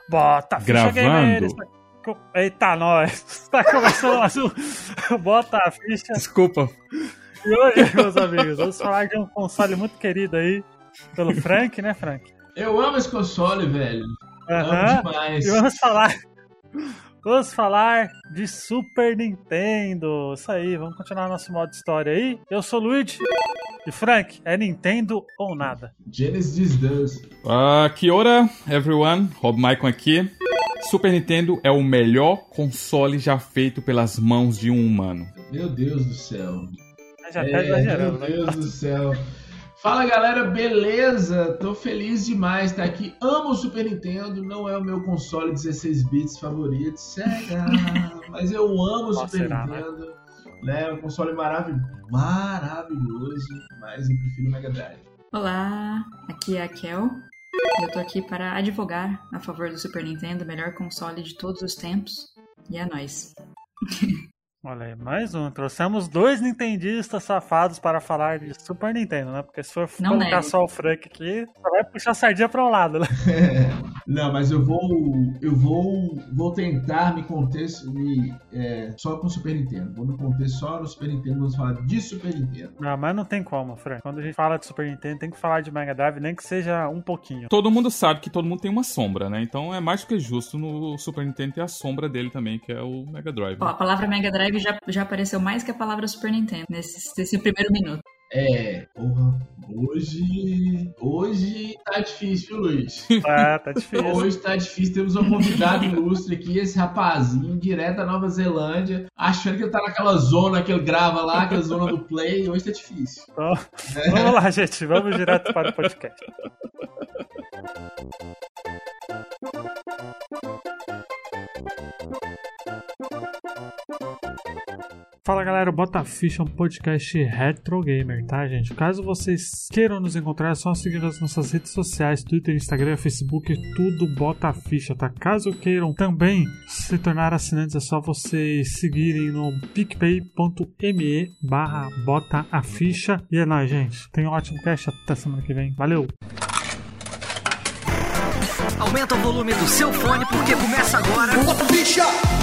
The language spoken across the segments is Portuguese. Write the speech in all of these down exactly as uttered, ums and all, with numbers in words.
Bota Ficha Gamer. Eita, nós. Tá começando mais um Bota a Ficha. Desculpa. E hoje, meus amigos, vamos falar de um console muito querido aí pelo Frank, né, Frank? Eu amo esse console, velho. Uhum. Amo demais. E vamos falar... Vamos falar de Super Nintendo. Isso aí, vamos continuar nosso modo história aí. Eu sou o Luigi. E Frank, é Nintendo ou nada? Genesis does. Uh, que ora, everyone. Rob Maicon aqui. Super Nintendo é o melhor console já feito pelas mãos de um humano. Meu Deus do céu. Já tá é, exagerando, meu Deus né? do céu. Fala, galera, beleza? Tô feliz demais de estar aqui. Amo o Super Nintendo, não é o meu console dezesseis bits favorito, Sega, mas eu amo o Super será, Nintendo. Né? É um console marav- maravilhoso, mas eu prefiro o Mega Drive. Olá, aqui é a Kel. Eu tô aqui para advogar a favor do Super Nintendo, o melhor console de todos os tempos. E é nóis. Olha aí, mais um. Trouxemos dois nintendistas safados para falar de Super Nintendo, né? Porque se for Não colocar nego. só o Frank aqui, só vai puxar a sardinha para um lado, né? Não, mas eu vou eu vou, vou tentar me conter me, é, só com o Super Nintendo. Vou me conter só no Super Nintendo, vamos falar de Super Nintendo. Não, mas não tem como, Frank. Quando a gente fala de Super Nintendo, tem que falar de Mega Drive, nem que seja um pouquinho. Todo mundo sabe que todo mundo tem uma sombra, né? Então é mais do que justo no Super Nintendo ter a sombra dele também, que é o Mega Drive. Ó, a palavra Mega Drive já, já apareceu mais que a palavra Super Nintendo nesse, nesse primeiro minuto. É, porra, hoje, hoje tá difícil, viu, Luiz? Tá, tá difícil. Hoje tá difícil, temos um convidado ilustre aqui, esse rapazinho, direto da Nova Zelândia, achando que ele tá naquela zona que ele grava lá, aquela zona do Play, hoje tá difícil. Então, é. Vamos lá, gente, vamos direto para o podcast. Fala, galera, o Bota a Ficha é um podcast retro gamer, tá, gente? Caso vocês queiram nos encontrar, é só seguir nas nossas redes sociais, Twitter, Instagram, Facebook, tudo Bota a Ficha, tá? Caso queiram também se tornar assinantes, é só vocês seguirem no picpay.me barra Bota a Ficha. E é nóis, gente. Tenha um ótimo cast, até semana que vem. Valeu! Aumenta o volume do seu fone porque começa agora. Bota a Ficha!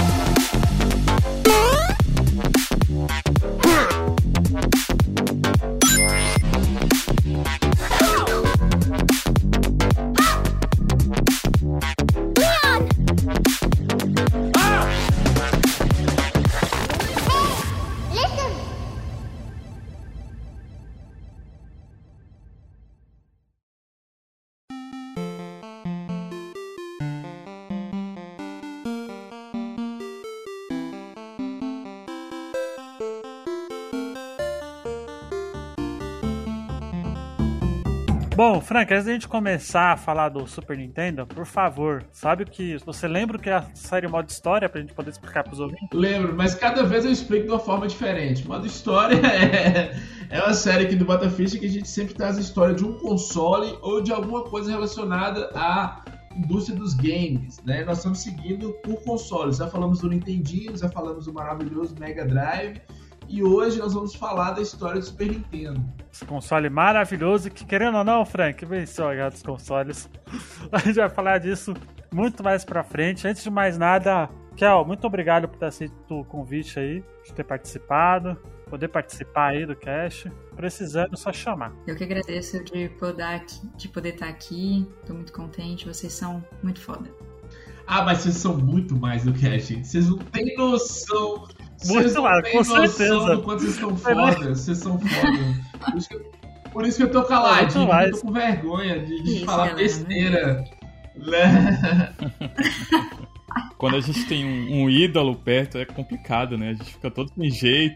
Bom, Frank, antes da gente começar a falar do Super Nintendo, por favor, sabe o que... Você lembra o que é a série modo história, pra gente poder explicar pros ouvintes? Lembro, mas cada vez eu explico de uma forma diferente. Modo história é, é uma série aqui do Bota Ficha que a gente sempre traz a história de um console ou de alguma coisa relacionada à indústria dos games, né? Nós estamos seguindo por consoles. Já falamos do Nintendinho, já falamos do maravilhoso Mega Drive. E hoje nós vamos falar da história do Super Nintendo. Esse console maravilhoso que, querendo ou não, Frank, venceu a guerra dos consoles. A gente vai falar disso muito mais pra frente. Antes de mais nada, Kel, muito obrigado por ter aceito o convite aí, de ter participado, poder participar aí do cast. Precisando, só chamar. Eu que agradeço de poder, de poder estar aqui. Tô muito contente, vocês são muito foda. Ah, mas vocês são muito mais do que a gente. Vocês não têm noção... Muito mais, com certeza. Do quanto vocês são foda, vocês são foda. Por isso que eu, por isso que eu tô caladinho, eu tô com vergonha de, de isso, falar galera, besteira. Né? Quando a gente tem um, um ídolo perto é complicado, né? A gente fica todo sem jeito.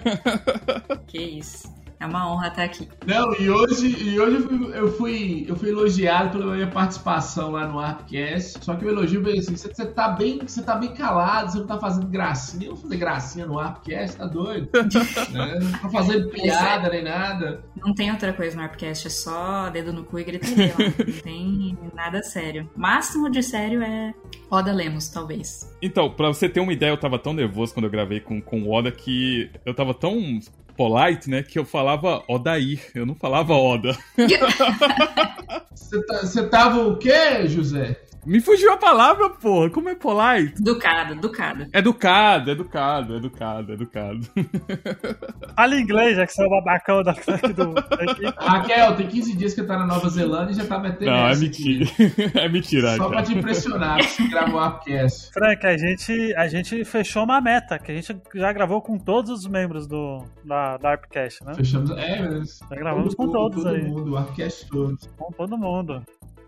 Que isso. É uma honra estar aqui. Não, e hoje, e hoje eu, fui, eu, fui, eu fui elogiado pela minha participação lá no Arpcast. Só que o elogio veio assim: você tá bem, você tá bem calado, você não tá fazendo gracinha. Eu vou fazer gracinha no Arpcast, tá doido? Né? Não tá fazendo piada nem nada. Não tem outra coisa no Arpcast, é só dedo no cu e gritaria. Não tem nada sério. O máximo de sério é Oda Lemos, talvez. Então, pra você ter uma ideia, eu tava tão nervoso quando eu gravei com, com o Oda que eu tava tão polite, né, que eu falava Odair, eu não falava Oda. Você tá, tava o quê, José? Me fugiu a palavra, porra. Como é polite? Educado, educado. Educado, educado, educado, educado. Fala inglês, já que você é o babacão da, do, daqui. Raquel, tem quinze dias que tá na Nova Zelândia e já tá metendo Não, é essa mentira. aqui. É mentira, Só cara. pra te impressionar, que você gravou o Upcast. Frank, a gente, a gente fechou uma meta, que a gente já gravou com todos os membros do, da, da Arpcast, né? Fechamos. É, mas. Já gravamos com todo, todos todo aí. mundo, o Upcast todos. Com todo mundo.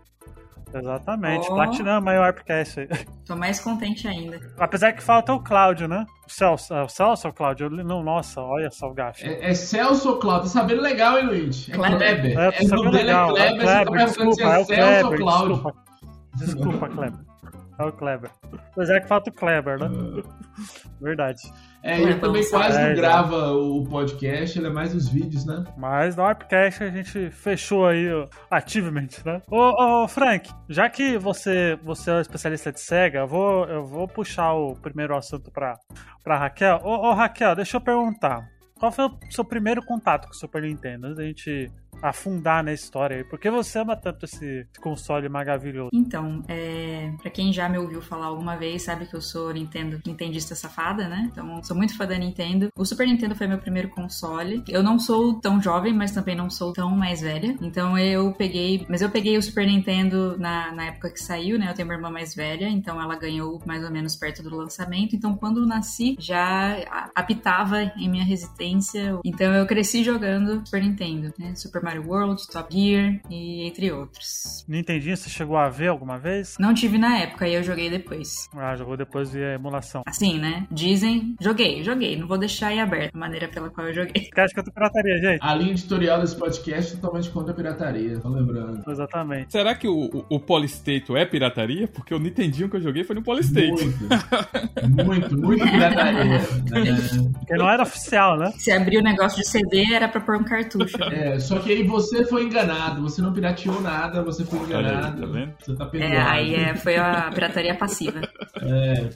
Exatamente, Oh. platinamos aí o Arpcast aí. Tô mais contente ainda. Apesar que falta o Cláudio, né? O Celso, é o Celso ou o Cláudio? Eu não, nossa, olha só o gafe. É, é Celso ou Cláudio? Tá sabendo legal, hein, Luiz? É Kleber. Kleber. É, tô É, o sabendo nome dele é legal. Kleber, É o você tá Kleber, perguntando se desculpa, é é o Celso ou Kleber, Cláudio. desculpa. Desculpa, Kleber. É o Kleber. Apesar que falta o Kleber, né? Verdade. É, ele também quase É, não já. grava o podcast, ele é mais os vídeos, né? Mas no Arpcast a gente fechou aí o achievement, né? Ô, ô, Frank, já que você, você é um especialista de SEGA, eu vou, eu vou puxar o primeiro assunto pra, pra Raquel. Ô, ô, Raquel, deixa eu perguntar. Qual foi o seu primeiro contato com o Super Nintendo? Antes da gente afundar na história aí. Por que você ama tanto esse console maravilhoso? Então, é... pra quem já me ouviu falar alguma vez, sabe que eu sou Nintendo, nintendista safada, né? Então, sou muito fã da Nintendo. O Super Nintendo foi meu primeiro console. Eu não sou tão jovem, mas também não sou tão mais velha. Então, eu peguei... Mas eu peguei o Super Nintendo na, na época que saiu, né? Eu tenho uma irmã mais velha, então ela ganhou mais ou menos perto do lançamento. Então, quando eu nasci, já apitava em minha resistência. Então, eu cresci jogando Super Nintendo, né? Super Mario World, Top Gear e entre outros. Nintendinho, você chegou a ver alguma vez? Não tive na época e eu joguei depois. Ah, jogou depois de emulação. Assim, né? Dizem, joguei, joguei. Não vou deixar aí aberto a maneira pela qual eu joguei. Você acha que eu tô pirataria, gente? A linha editorial desse podcast é totalmente contra a pirataria, tô lembrando. Exatamente. Será que o, o, o Polystate é pirataria? Porque o Nintendinho que eu joguei foi no Polystate. Muito, muito, muito pirataria. É, Porque não era oficial, né? Se abrir o negócio de C D, era pra pôr um cartucho. é, só que aí você foi enganado, você não pirateou nada, você foi Olha aí, enganado. tá vendo? Você tá perdoado. É, aí é, foi a pirataria passiva. É.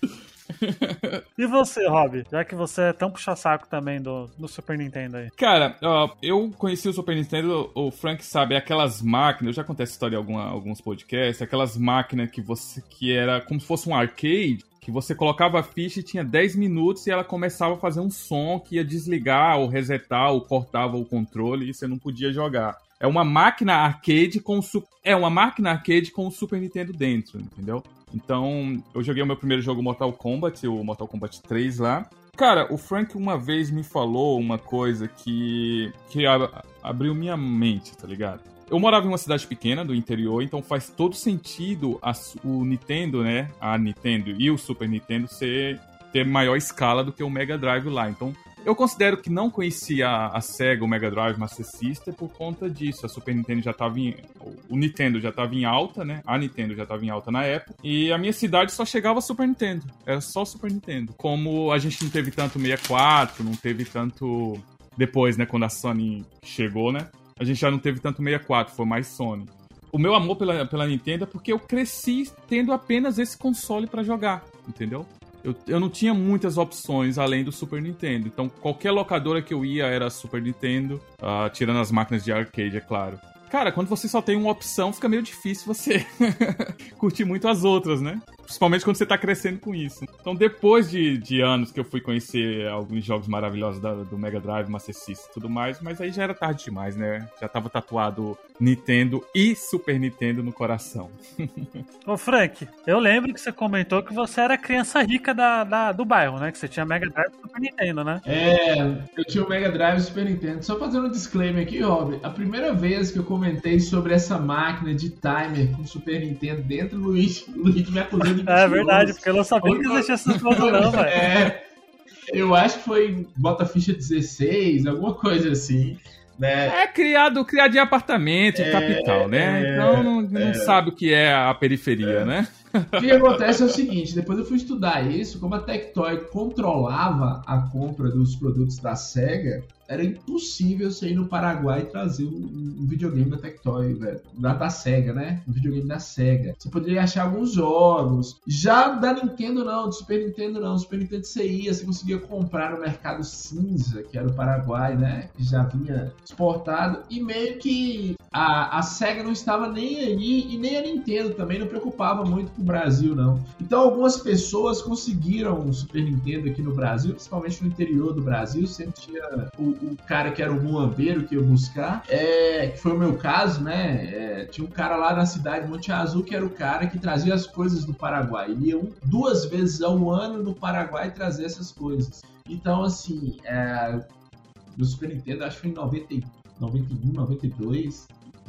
E você, Rob? Já que você é tão puxa-saco também do, do Super Nintendo aí. Cara, ó, eu conheci o Super Nintendo, o Frank sabe, aquelas máquinas, eu já contei essa história em alguma, alguns podcasts, aquelas máquinas que você, que era como se fosse um arcade, que você colocava a ficha e tinha dez minutos e ela começava a fazer um som que ia desligar ou resetar ou cortava o controle e você não podia jogar. É uma máquina arcade com o su- é uma máquina arcade com o Super Nintendo dentro, entendeu? Então, eu joguei o meu primeiro jogo Mortal Kombat, o Mortal Kombat três lá. Cara, o Frank uma vez me falou uma coisa que, que a- abriu minha mente, tá ligado? Eu morava em uma cidade pequena do interior, então faz todo sentido a, o Nintendo, né? A Nintendo e o Super Nintendo ser, ter maior escala do que o Mega Drive lá. Então, eu considero que não conhecia a, a Sega, o Mega Drive Master System por conta disso. A Super Nintendo já estava em... O Nintendo já estava em alta, né? A Nintendo já estava em alta na época. E a minha cidade só chegava Super Nintendo. Era só Super Nintendo. Como a gente não teve tanto sessenta e quatro, não teve tanto... Depois, né? Quando a Sony chegou, né? A gente já não teve tanto sessenta e quatro, foi mais Sony. O meu amor pela, pela Nintendo é porque eu cresci tendo apenas esse console pra jogar, entendeu? Eu, eu não tinha muitas opções além do Super Nintendo. Então, qualquer locadora que eu ia era Super Nintendo, uh, tirando as máquinas de arcade, é claro. Cara, quando você só tem uma opção, fica meio difícil você curtir muito as outras, né? Principalmente quando você tá crescendo com isso. Então, depois de, de anos que eu fui conhecer alguns jogos maravilhosos da, do Mega Drive, Master System e tudo mais, mas aí já era tarde demais, né? Já tava tatuado Nintendo e Super Nintendo no coração. Ô, Frank, eu lembro que você comentou que você era criança rica da, da- do bairro, né? Que você tinha Mega Drive e Super Nintendo, né? É, eu tinha o Mega Drive e o Super Nintendo. Só fazendo um disclaimer aqui, Rob. A primeira vez que eu comentei sobre essa máquina de timer com Super Nintendo dentro, o Luiz, o Luiz me acusou de É verdade, porque eu não sabia que existia essa coisa não, velho. É, eu acho que foi Bota Ficha dezesseis, alguma coisa assim, né? É criado, criado em apartamento, em É, capital, né? é, então não, não sabe o que é a periferia, né? O que acontece é o seguinte, depois eu fui estudar isso, como a Tectoy controlava a compra dos produtos da SEGA, era impossível você ir no Paraguai e trazer um, um videogame da Tectoy, velho. Da, da SEGA, né? Um videogame da SEGA. Você poderia achar alguns jogos. Já da Nintendo não, do Super Nintendo não. Super Nintendo você ia, você conseguia comprar no mercado cinza, que era o Paraguai, né? Que já vinha exportado. E meio que a, a SEGA não estava nem aí, e nem a Nintendo também não preocupava muito com o Brasil, não. Então algumas pessoas conseguiram o Super Nintendo aqui no Brasil, principalmente no interior do Brasil, sempre tinha o, o cara que era o muambeiro que ia buscar, é, que foi o meu caso, né? É, tinha um cara lá na cidade de Monte Azul que era o cara que trazia as coisas do Paraguai. Ele ia um, duas vezes ao ano no Paraguai trazer essas coisas. Então, assim, é, no Super Nintendo, acho que foi em noventa, noventa e um, noventa e dois,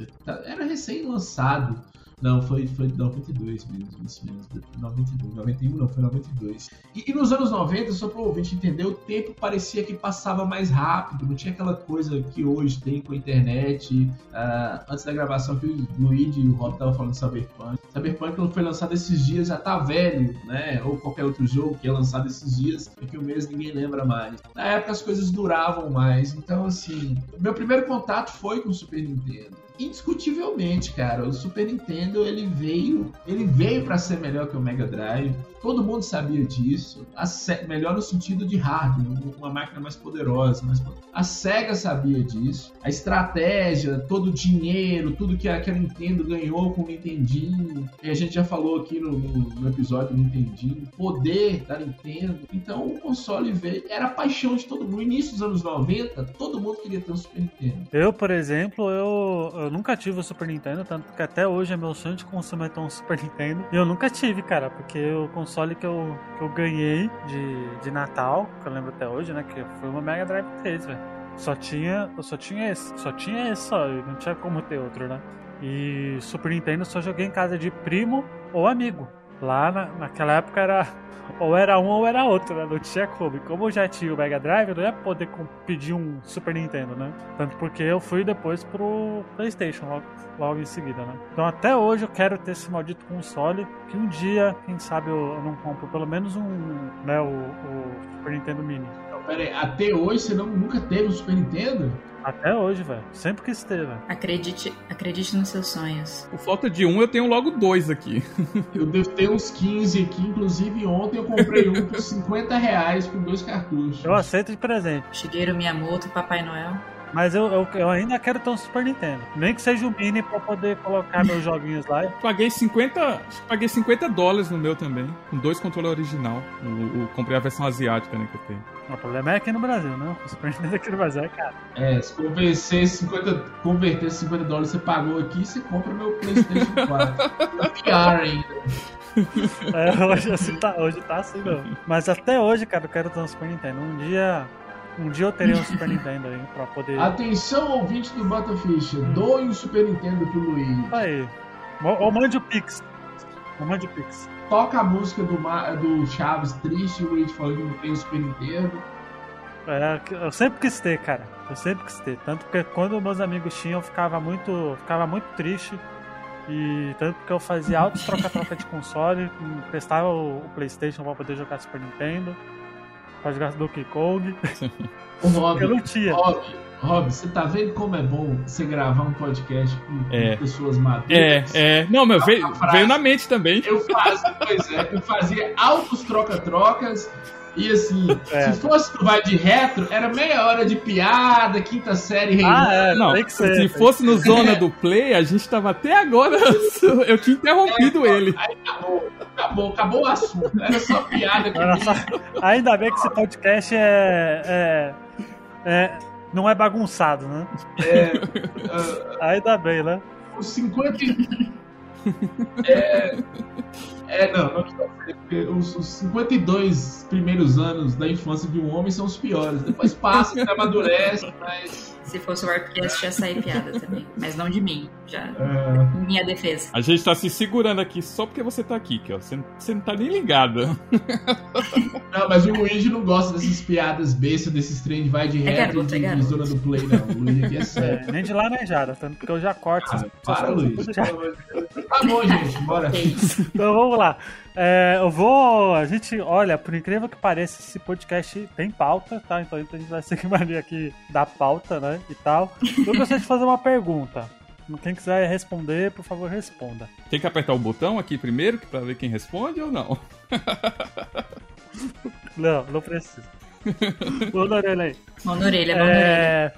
era recém-lançado. Não, foi, foi noventa e dois mesmo, isso mesmo, noventa e dois, noventa e um não, foi noventa e dois. E, e nos anos noventa, só para o ouvinte entender, o tempo parecia que passava mais rápido, não tinha aquela coisa que hoje tem com a internet. Uh, antes da gravação que o Luigi e o Rob estavam falando de Cyberpunk. Cyberpunk não foi lançado esses dias, já tá velho, né? Ou qualquer outro jogo que é lançado esses dias, daqui a um mês ninguém lembra mais. Na época as coisas duravam mais, então assim, meu primeiro contato foi com o Super Nintendo. Indiscutivelmente, cara, o Super Nintendo ele veio, ele veio para ser melhor que o Mega Drive. Todo mundo sabia disso. A Se- melhor no sentido de hardware, uma máquina mais poderosa. Mais poderosa. A SEGA sabia disso. A estratégia, todo o dinheiro, tudo que a, que a Nintendo ganhou com o Nintendinho. E a gente já falou aqui no, no, no episódio do Nintendinho. O poder da Nintendo. Então o console veio. Era a paixão de todo mundo. No início dos anos noventa, todo mundo queria ter um Super Nintendo. Eu, por exemplo, eu, eu nunca tive o Super Nintendo, tanto que até hoje é meu sonho de consumir um Super Nintendo. E eu nunca tive, cara, porque o console que eu, que eu ganhei de, de Natal, que eu lembro até hoje, né, que foi uma Mega Drive três, velho. Só tinha, eu só tinha esse, só tinha esse só, e não tinha como ter outro, né. E Super Nintendo eu só joguei em casa de primo ou amigo. Lá na, naquela época era ou era um ou era outro, né? Não tinha como. E como eu já tinha o Mega Drive, eu não ia poder pedir um Super Nintendo, né? Tanto porque eu fui depois pro PlayStation logo, logo em seguida, né? Então até hoje eu quero ter esse maldito console, que um dia, quem sabe, eu, eu não compro pelo menos um, né, o, o Super Nintendo Mini. Então, pera aí, até hoje você não, nunca teve um Super Nintendo? Até hoje, velho. Sempre quis ter, velho. Acredite, acredite nos seus sonhos. Por falta de um, eu tenho logo dois aqui. Eu devo ter uns quinze aqui. Inclusive, ontem eu comprei um por cinquenta reais com dois cartuchos. Eu aceito de presente. Shigeru Miyamoto, Papai Noel. Mas eu, eu, eu ainda quero ter um Super Nintendo. Nem que seja o Mini pra poder colocar meus joguinhos lá. Paguei cinquenta, paguei cinquenta dólares no meu também. Com dois controles original. O, o, comprei a versão asiática, né, que eu tenho. O problema é aqui no Brasil, né? O Super Nintendo aqui no Brasil é caro. É, se converter cinquenta, converter cinquenta dólares você pagou aqui, você compra meu PlayStation quatro. V R ainda. É, hoje, assim, tá, hoje tá assim, não. Mas até hoje, cara, eu quero ter um Super Nintendo. Um dia... Um dia eu terei um Super Nintendo aí pra poder... Atenção, ouvinte do Bota Ficha, hum. doe um Super Nintendo pro Luiz. Aí. Ou mande o Pix. Ou mande o Pix. Toca a música do, do Chaves triste, o Luiz falou que não tem um Super Nintendo. É, eu sempre quis ter, cara. Eu sempre quis ter. Tanto que quando meus amigos tinham, eu ficava muito, ficava muito triste. E tanto que eu fazia altos troca-troca de console, testava o PlayStation pra poder jogar Super Nintendo. Pra jogar Donkey Kong. Ô, Rob, eu não tinha. Rob, Rob, você tá vendo como é bom você gravar um podcast com, é. com pessoas maduras? É, é. Não, meu, veio, veio na mente também. Eu fazia, pois é, eu fazia altos troca-trocas. E assim, é. se fosse tu vai de retro, era meia hora de piada, quinta série reinando. Ah, é, não, tem que ser, se fosse no Zona do Play, a gente tava até agora. Eu tinha interrompido é, ele. Aí acabou, acabou, acabou o assunto. Era só piada. Só... Ainda bem que esse podcast é, é, é. Não é bagunçado, né? É. Uh, Ainda bem, né? Os cinquenta. É. É, não, não porque os, os cinquenta e dois primeiros anos da infância de um homem são os piores. Depois passa, você amadurece, mas... Se fosse o Warpcast, já saía piada também. Mas não de mim, já. É... Em minha defesa. A gente tá se segurando aqui só porque você tá aqui, Kel. Você, você não tá nem ligada. Não, mas o Luigi não gosta dessas piadas bestas, desses trem de vai de retro de, de Zona do Play, não. O Luigi aqui é sério. É, nem de laranjada, tanto que eu já corto. Ah, para, Luigi. Já... Tá bom, gente, bora. Então vamos lá. É, eu vou. A gente, olha, por incrível que pareça, esse podcast tem pauta, tá? Então a gente vai seguir maneira aqui da pauta, né? E tal. Eu gostaria de fazer uma pergunta. Quem quiser responder, por favor, responda. Tem que apertar o botão aqui primeiro pra ver quem responde ou não? Não, não precisa. Mão na orelha aí. Mão na orelha, mão na é... orelha.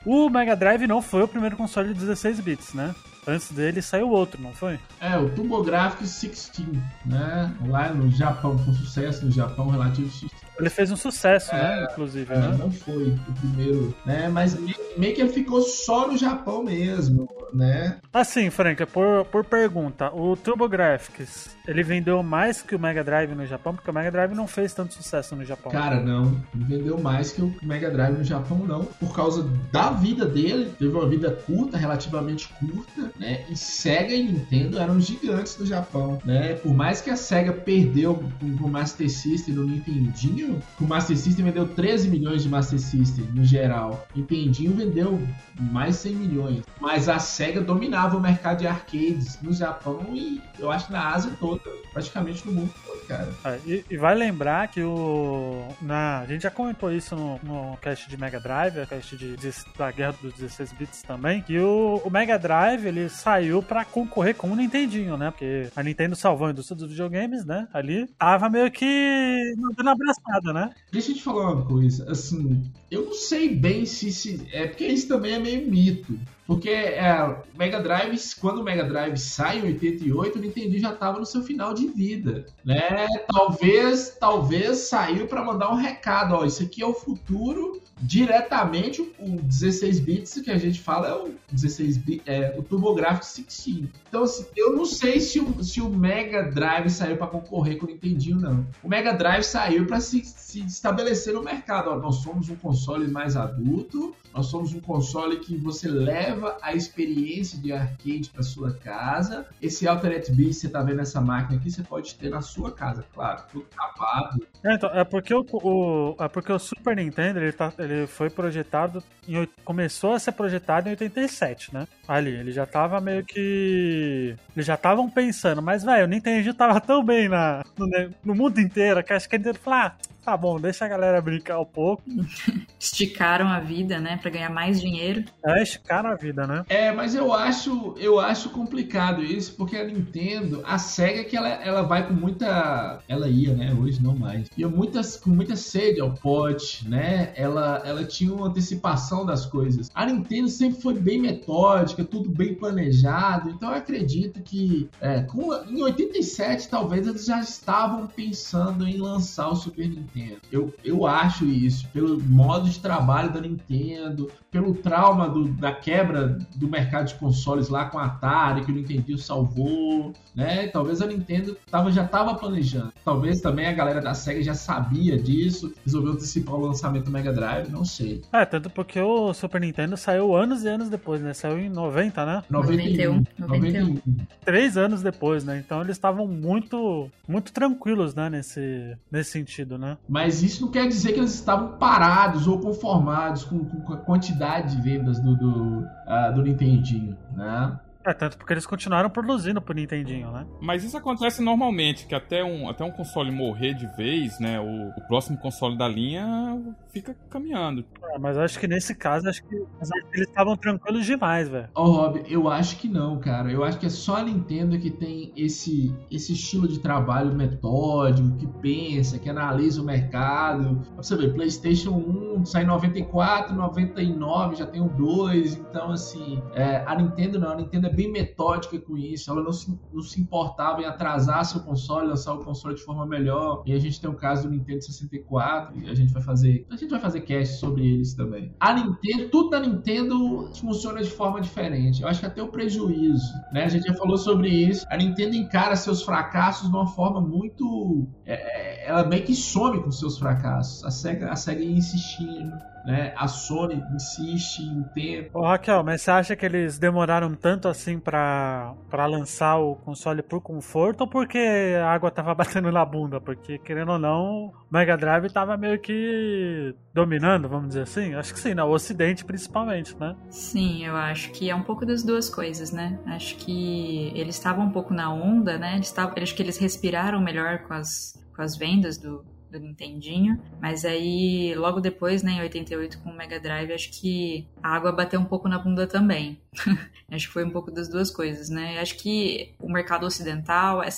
O Mega Drive não foi o primeiro console de dezesseis bits, né? Antes dele saiu outro, não foi? É, o TurboGrafx dezesseis, né? Lá no Japão, com sucesso no Japão, relativo X. Ele fez um sucesso, é, né? Inclusive, é, né? Não foi o primeiro, né? Mas meio que ele ficou só no Japão mesmo, né? Assim, Frank, por, por pergunta, o TurboGrafx, ele vendeu mais que o Mega Drive no Japão? Porque o Mega Drive não fez tanto sucesso no Japão. Cara, não. Não vendeu mais que o Mega Drive no Japão, não. Por causa da vida dele, teve uma vida curta, relativamente curta, né? E Sega e Nintendo eram gigantes no Japão, né? Por mais que a Sega perdeu com o Master System no Nintendinho, o Master System vendeu treze milhões de Master System no geral. Nintendinho vendeu mais cem milhões. Mas a Sega dominava o mercado de arcades no Japão e eu acho na Ásia toda, praticamente no mundo todo, cara. É, e, e vai lembrar que o... Na, a gente já comentou isso no, no cast de Mega Drive, a cast de, de, da Guerra dos dezesseis bits também, que o, o Mega Drive, ele saiu pra concorrer com o Nintendinho, né? Porque a Nintendo salvou a indústria dos videogames, né? Ali tava meio que dando abraçada, né? Deixa eu te falar uma coisa, assim, eu não sei bem se... se é porque isso também é meio mito. Porque é, o Mega Drive, quando o Mega Drive sai em oitenta e oito, o Nintendo já estava no seu final de vida, né? Talvez, talvez saiu para mandar um recado, ó, isso aqui é o futuro, diretamente o dezesseis bits que a gente fala é o dezesseis bits, é o TurboGrafx dezesseis. Então, assim, eu não sei se o, se o Mega Drive saiu para concorrer com o Nintendinho, não. O Mega Drive saiu para se, se estabelecer no mercado, ó, nós somos um console mais adulto, nós somos um console que você leva a experiência de arcade para sua casa. Esse Altered Beast que você tá vendo nessa máquina aqui, você pode ter na sua casa, claro, tudo capado. É, então, é porque o, o, é porque o Super Nintendo, ele, tá, ele foi projetado, em, começou a ser projetado em oitenta e sete, né? Ali, ele já tava meio que... Eles já estavam pensando, mas, velho, o Nintendo tava tão bem na, no, no mundo inteiro, que acho que a Nintendo falou, ah, tá bom, deixa a galera brincar um pouco. Esticaram a vida, né, pra ganhar mais dinheiro. É, esticaram a vida, né? É, mas eu acho, eu acho complicado isso, porque a Nintendo, a SEGA que ela, ela vai com muita... Ela ia, né, hoje não mais. Ia muitas, com muita sede ao pote, né? Ela, ela tinha uma antecipação das coisas. A Nintendo sempre foi bem metódica, tudo bem planejado, então eu acredito que é, com, em oitenta e sete talvez eles já estavam pensando em lançar o Super Nintendo. Eu, eu acho isso, pelo modo de trabalho da Nintendo, pelo trauma do, da quebra do mercado de consoles lá com a Atari, que o Nintendo salvou, né? Talvez a Nintendo tava, já estava planejando. Talvez também a galera da SEGA já sabia disso, resolveu antecipar o lançamento do Mega Drive, não sei. É, tanto porque o Super Nintendo saiu anos e anos depois, né? Saiu em noventa, né? noventa e um. noventa e um. Três anos depois, né? Então eles estavam muito, muito tranquilos, né? Nesse, nesse sentido, né? Mas isso não quer dizer que eles estavam parados ou conformados com, com a quantidade de vendas do, do, uh, do Nintendinho, né? É, tanto porque eles continuaram produzindo pro Nintendinho, né? Mas isso acontece normalmente, que até um, até um console morrer de vez, né? O, o próximo console da linha fica caminhando. É, mas acho que nesse caso, acho que, acho que eles estavam tranquilos demais, velho. Ó, oh, Rob, eu acho que não, cara. Eu acho que é só a Nintendo que tem esse, esse estilo de trabalho metódico, que pensa, que analisa o mercado. Pra você ver, PlayStation um sai em noventa e quatro, noventa e nove, já tem o dois. Então, assim, é, a Nintendo não. A Nintendo é bem metódica com isso. Ela não se, não se importava em atrasar seu console, lançar o console de forma melhor. E a gente tem o caso do Nintendo sessenta e quatro, e a gente vai fazer... A gente vai fazer cast sobre eles também. A Nintendo, tudo da Nintendo funciona de forma diferente. Eu acho que até o prejuízo, né? A gente já falou sobre isso. A Nintendo encara seus fracassos de uma forma muito... É, ela meio que some com seus fracassos. A SEGA, a SEGA ia insistindo, né? A Sony insiste em tempo. Ô Raquel, mas você acha que eles demoraram tanto assim pra, pra lançar o console por conforto ou porque a água tava batendo na bunda? Porque, querendo ou não, o Mega Drive tava meio que dominando, vamos dizer assim? Acho que sim, né? O Ocidente principalmente, né? Sim, eu acho que é um pouco das duas coisas, né? Acho que eles estavam um pouco na onda, né? Eles tavam, acho que eles respiraram melhor com as, com as vendas do do Nintendinho, mas aí logo depois, né, em oitenta e oito com o Mega Drive, acho que a água bateu um pouco na bunda também. Acho que foi um pouco das duas coisas, né? Acho que o mercado ocidental, essa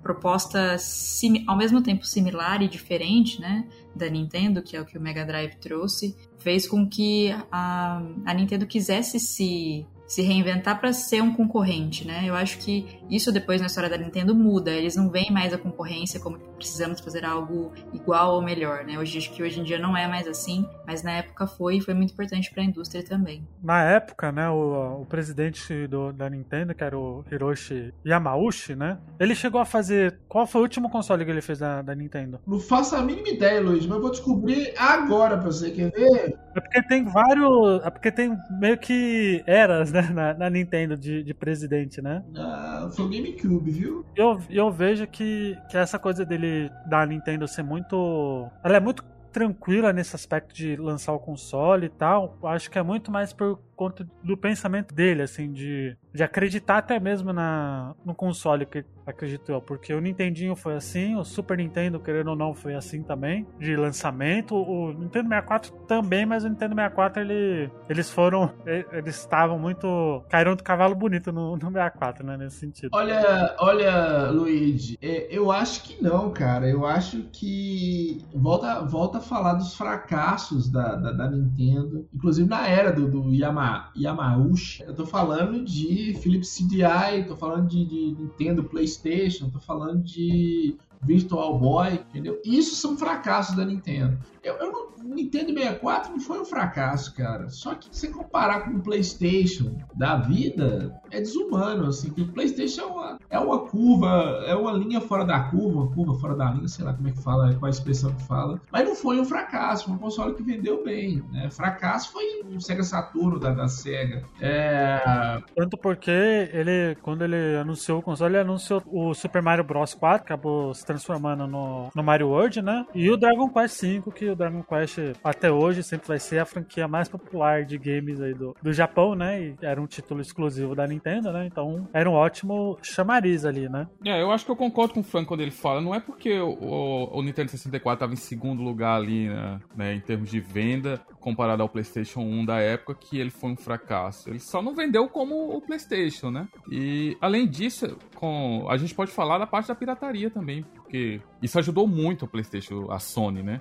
proposta sim, ao mesmo tempo similar e diferente, né, da Nintendo, que é o que o Mega Drive trouxe, fez com que a, a Nintendo quisesse se... se reinventar para ser um concorrente, né? Eu acho que isso depois na história da Nintendo muda. Eles não veem mais a concorrência como precisamos fazer algo igual ou melhor, né? Hoje, acho que hoje em dia não é mais assim, mas na época foi e foi muito importante para a indústria também. Na época, né, o, o presidente do, da Nintendo, que era o Hiroshi Yamauchi, né? Ele chegou a fazer... Qual foi o último console que ele fez da, da Nintendo? Não faço a mínima ideia, Luiz, mas eu vou descobrir agora pra você, quer ver? É porque tem vários... É porque tem meio que eras, né? Na, na Nintendo de, de presidente, né? Ah, foi o GameCube, viu? Eu, eu vejo que, que essa coisa dele, da Nintendo ser muito... Ela é muito tranquila nesse aspecto de lançar o console e tal. Eu acho que é muito mais por conta do pensamento dele, assim, de, de acreditar até mesmo na, no console que acreditou, porque o Nintendinho foi assim, o Super Nintendo, querendo ou não, foi assim também, de lançamento, o Nintendo sessenta e quatro também, mas o Nintendo sessenta e quatro, ele, eles foram, eles estavam muito, caíram do cavalo bonito no, no sessenta e quatro, né, nesse sentido. Olha, olha, Luigi, é, eu acho que não, cara, eu acho que volta, volta a falar dos fracassos da, da, da Nintendo, inclusive na era do, do Yamaha Yamauchi. Eu tô falando de Philips C D I, tô falando de, de Nintendo PlayStation, tô falando de Virtual Boy, entendeu? Isso são fracassos da Nintendo. Eu, eu não, o Nintendo sessenta e quatro não foi um fracasso, cara. Só que se comparar com o PlayStation da vida, é desumano, assim. Que o PlayStation é uma, é uma curva, é uma linha fora da curva, uma curva fora da linha, sei lá como é que fala, qual a expressão que fala. Mas não foi um fracasso, foi um console que vendeu bem, né? Fracasso foi o Sega Saturno da, da Sega. É... Tanto porque ele, quando ele anunciou o console, ele anunciou o Super Mario Bros quatro, acabou se transformando no, no Mario World, né? E o Dragon Quest cinco, que o Dragon Quest até hoje sempre vai ser a franquia mais popular de games aí do, do Japão, né? E era um título exclusivo da Nintendo, né? Então era um ótimo chamariz ali, né? É, eu acho que eu concordo com o Frank quando ele fala, não é porque o, o, o Nintendo sessenta e quatro estava em segundo lugar ali, né, né, em termos de venda, comparado ao PlayStation um da época, que ele foi um fracasso. Ele só não vendeu como o PlayStation, né? E além disso, com, a gente pode falar da parte da pirataria também, porque isso ajudou muito a PlayStation, a Sony, né?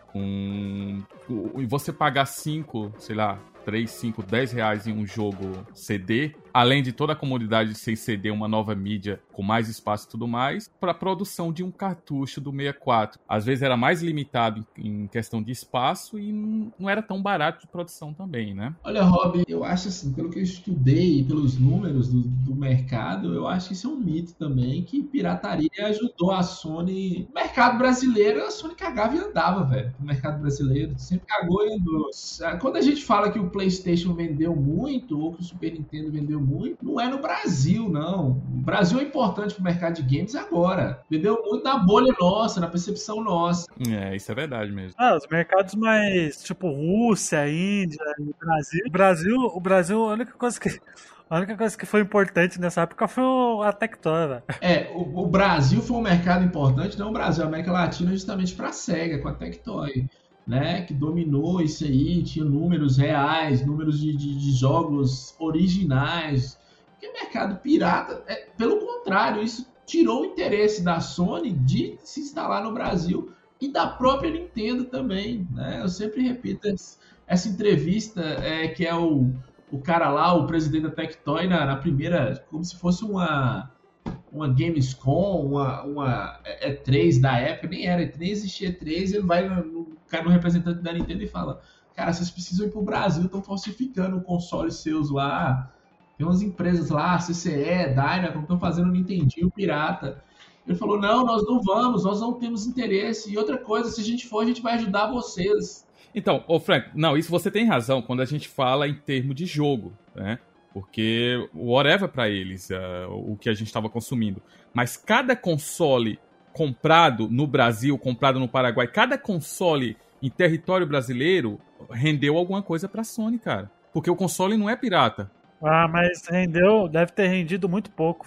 Com e você pagar cinco, sei lá, três, cinco, dez reais em um jogo C D, além de toda a comodidade de ser C D, uma nova mídia com mais espaço e tudo mais, para a produção de um cartucho do sessenta e quatro. Às vezes era mais limitado em questão de espaço e não era tão barato de produção também, né? Olha, Rob, eu acho assim, pelo que eu estudei e pelos números do, do mercado, eu acho que isso é um mito também, que pirataria ajudou a Sony. O mercado brasileiro, a Sony cagava e andava, velho. O mercado brasileiro sempre cagou e andou. Quando a gente fala que o PlayStation vendeu muito, ou que o Super Nintendo vendeu muito, não é no Brasil, não. O Brasil é importante pro mercado de games agora. Vendeu muito na bolha nossa, na percepção nossa. É, isso é verdade mesmo. Ah, os mercados mais, tipo, Rússia, Índia, Brasil. Brasil, o Brasil, a única coisa que... A única coisa que foi importante nessa época foi a Tectoy, velho. É, o, o Brasil foi um mercado importante, não o Brasil, a América Latina, justamente pra SEGA, com a Tectoy, né, que dominou isso aí, tinha números reais, números de, de, de jogos originais. Porque o mercado pirata, é, pelo contrário, isso tirou o interesse da Sony de se instalar no Brasil e da própria Nintendo também, né? Eu sempre repito essa, essa entrevista, é, que é o, o cara lá, o presidente da Tectoy, na, na primeira, como se fosse uma... uma Gamescom, uma, uma E três da época, nem era E três, nem existia E três, ele vai no, no, no representante da Nintendo e fala, cara, vocês precisam ir pro Brasil, estão falsificando consoles seus lá, tem umas empresas lá, C C E, Dynacon, estão fazendo Nintendinho pirata. Ele falou, não, nós não vamos, nós não temos interesse, e outra coisa, se a gente for, a gente vai ajudar vocês. Então, ô Frank, não, isso você tem razão quando a gente fala em termos de jogo, né? Porque whatever pra eles, uh, o que a gente estava consumindo. Mas cada console comprado no Brasil, comprado no Paraguai, cada console em território brasileiro rendeu alguma coisa pra Sony, cara. Porque o console não é pirata. Ah, mas rendeu, deve ter rendido muito pouco, velho.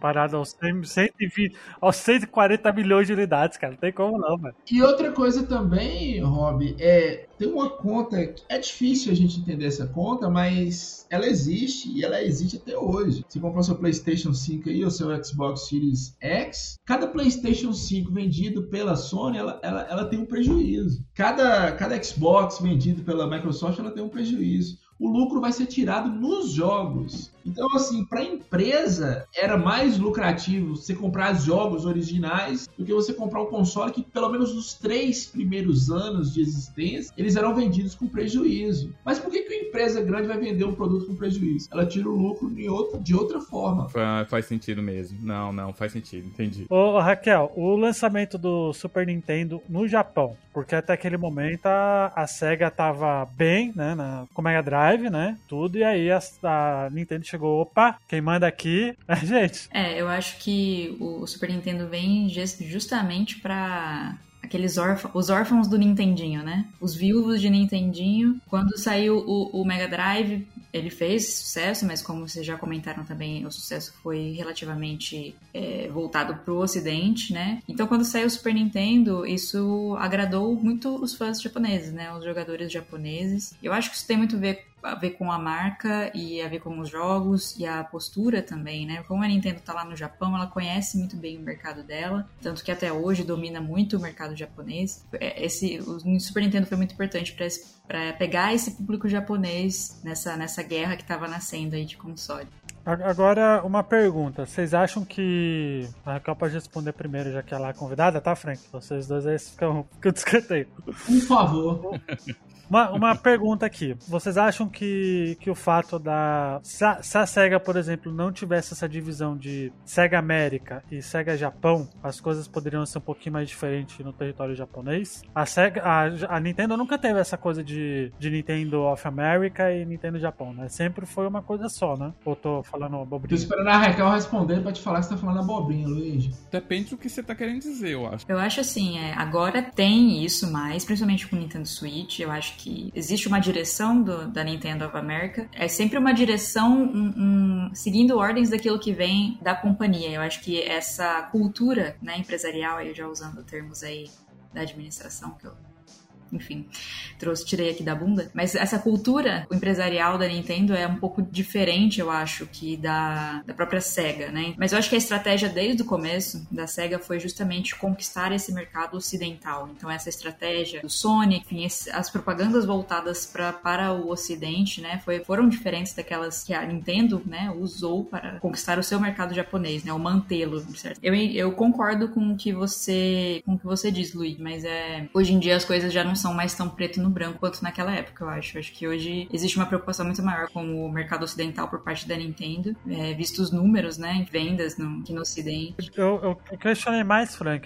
Comparado aos, cento e vinte, aos cento e quarenta milhões de unidades, cara. Não tem como não, velho. E outra coisa também, Rob, é... Tem uma conta que é difícil a gente entender essa conta, mas ela existe e ela existe até hoje. Você comprou seu PlayStation cinco aí ou seu Xbox Series X, cada PlayStation cinco vendido pela Sony, ela, ela, ela tem um prejuízo. Cada, cada Xbox vendido pela Microsoft, ela tem um prejuízo. O lucro vai ser tirado nos jogos. Então, assim, para a empresa, era mais lucrativo você comprar jogos originais do que você comprar um console que, pelo menos nos três primeiros anos de existência, eles eram vendidos com prejuízo. Mas por que, que uma empresa grande vai vender um produto com prejuízo? Ela tira o lucro de outra, de outra forma. Faz, faz sentido mesmo. Não, não, faz sentido, entendi. Ô, Raquel, o lançamento do Super Nintendo no Japão, porque até aquele momento a, a SEGA tava bem, né, na, com o Mega Drive, né, tudo, e aí a, a Nintendo chegou, opa, quem manda aqui é a gente. É, eu acho que o Super Nintendo vem justamente pra aqueles órfãos, os órfãos do Nintendinho, né? Os viúvos de Nintendinho. Quando saiu o, o Mega Drive, ele fez sucesso, mas como vocês já comentaram também, o sucesso foi relativamente é, voltado pro Ocidente, né? Então, quando saiu o Super Nintendo, isso agradou muito os fãs japoneses, né? Os jogadores japoneses. Eu acho que isso tem muito a ver a ver com a marca e a ver com os jogos e a postura também, né? Como a Nintendo tá lá no Japão, ela conhece muito bem o mercado dela, tanto que até hoje domina muito o mercado japonês. Esse, o Super Nintendo foi muito importante para pegar esse público japonês nessa, nessa guerra que tava nascendo aí de console. Agora, uma pergunta. Vocês acham que... A Raquel pode responder primeiro, já que ela é convidada, tá, Frank? Vocês dois aí ficam, ficam discretendo. Por favor. Uma, uma pergunta aqui. Vocês acham que, que o fato da... Se a, se a SEGA, por exemplo, não tivesse essa divisão de SEGA América e SEGA Japão, as coisas poderiam ser um pouquinho mais diferentes no território japonês? A SEGA... A, a Nintendo nunca teve essa coisa de, de Nintendo of America e Nintendo Japão, né? Sempre foi uma coisa só, né? Ou tô falando abobrinha? Tô esperando a Raquel responder pra te falar que você tá falando abobrinha, Luiz. Depende do que você tá querendo dizer, eu acho. Eu acho assim, é, agora tem isso mais, principalmente com o Nintendo Switch. Eu acho que existe uma direção do, da Nintendo of America. É sempre uma direção um, um, seguindo ordens daquilo que vem da companhia. Eu acho que essa cultura, né, empresarial, aí já usando termos aí da administração, que eu enfim, trouxe, tirei aqui da bunda, mas essa cultura empresarial da Nintendo é um pouco diferente, eu acho, que da, da própria SEGA, né? Mas eu acho que a estratégia desde o começo da SEGA foi justamente conquistar esse mercado ocidental. Então essa estratégia do Sony, enfim, esse, as propagandas voltadas pra, para o Ocidente, né, foi, foram diferentes daquelas que a Nintendo, né, usou para conquistar o seu mercado japonês, né, ou mantê-lo, certo? Eu, eu concordo com o que você, com o que você diz, Luiz, mas é, hoje em dia as coisas já não são mais tão preto no branco quanto naquela época, eu acho. Eu acho que hoje existe uma preocupação muito maior com o mercado ocidental por parte da Nintendo, é, visto os números, né, em vendas no, aqui no Ocidente. Eu, eu questionei mais, Frank,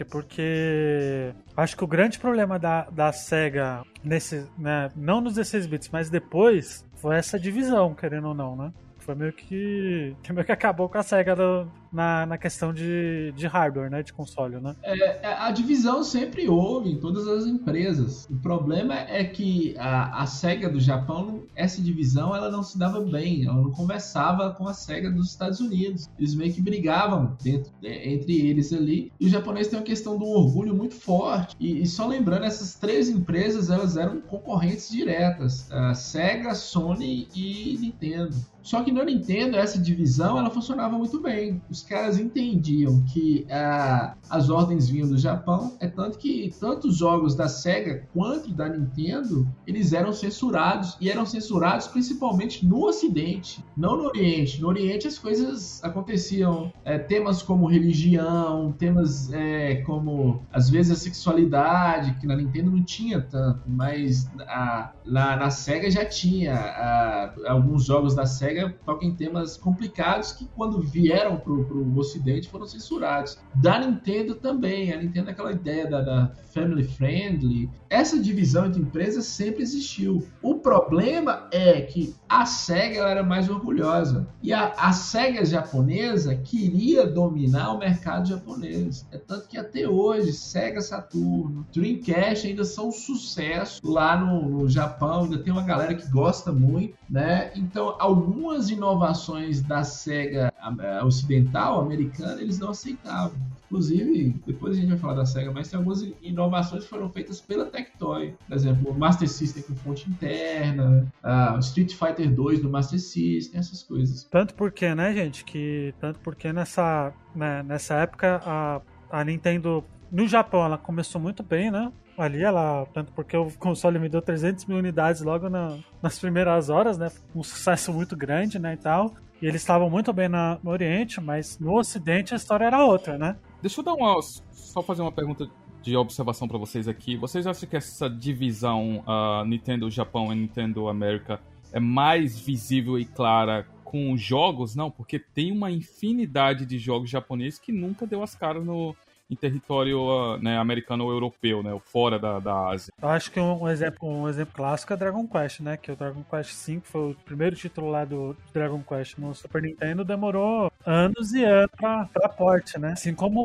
porque acho que o grande problema da, da SEGA, nesse, né, não nos dezesseis bits, mas depois, foi essa divisão, querendo ou não, né? Foi meio que, que, meio que acabou com a SEGA do, na, na questão de, de hardware, né? De console, né? É, a divisão sempre houve em todas as empresas. O problema é que a, a SEGA do Japão, essa divisão, ela não se dava bem. Ela não conversava com a SEGA dos Estados Unidos. Eles meio que brigavam dentro, entre eles ali. E os japoneses têm uma questão do orgulho muito forte. E, e só lembrando, essas três empresas, elas eram concorrentes diretas. A SEGA, Sony e Nintendo. Só que no Nintendo, essa divisão, ela funcionava muito bem. Os caras entendiam que ah, as ordens vinham do Japão. É tanto que tanto os jogos da SEGA quanto da Nintendo, eles eram censurados. E eram censurados principalmente no Ocidente, não no Oriente. No Oriente as coisas aconteciam. É, temas como religião, temas é, como, às vezes, a sexualidade, que na Nintendo não tinha tanto. Mas a, na, na SEGA já tinha. A, alguns jogos da SEGA tocam em temas complicados que, quando vieram pro, pro Ocidente, foram censurados. Da Nintendo também. A Nintendo é aquela ideia da, da family friendly. Essa divisão entre empresas sempre existiu. O problema é que a SEGA ela era mais orgulhosa. E a, a SEGA japonesa queria dominar o mercado japonês. É tanto que até hoje, SEGA Saturno, Dreamcast ainda são um sucesso lá no, no Japão. Ainda tem uma galera que gosta muito, né? Então, algumas inovações da SEGA ocidental ocidental, americana, eles não aceitavam. Inclusive, depois a gente vai falar da SEGA, mas tem algumas inovações que foram feitas pela Tectoy. Por exemplo, o Master System com fonte interna, o Street Fighter dois do Master System, essas coisas. Tanto porque, né, gente, que tanto porque nessa, né, nessa época a, a Nintendo, no Japão, ela começou muito bem, né? Ali ela, tanto porque o console me deu trezentas mil unidades logo na, nas primeiras horas, né? Um sucesso muito grande, né, e tal. E eles estavam muito bem na, no Oriente, mas no Ocidente a história era outra, né? Deixa eu dar uma, só fazer uma pergunta de observação para vocês aqui. Vocês acham que essa divisão uh, Nintendo Japão e Nintendo América é mais visível e clara com os jogos? Não, porque tem uma infinidade de jogos japoneses que nunca deu as caras no... em território, né, americano ou europeu, né, fora da, da Ásia. Eu acho que um, um, exemplo, um exemplo clássico é Dragon Quest, né, que o Dragon Quest cinco foi o primeiro título lá do Dragon Quest no Super Nintendo, demorou anos e anos pra, pra porte, né, assim como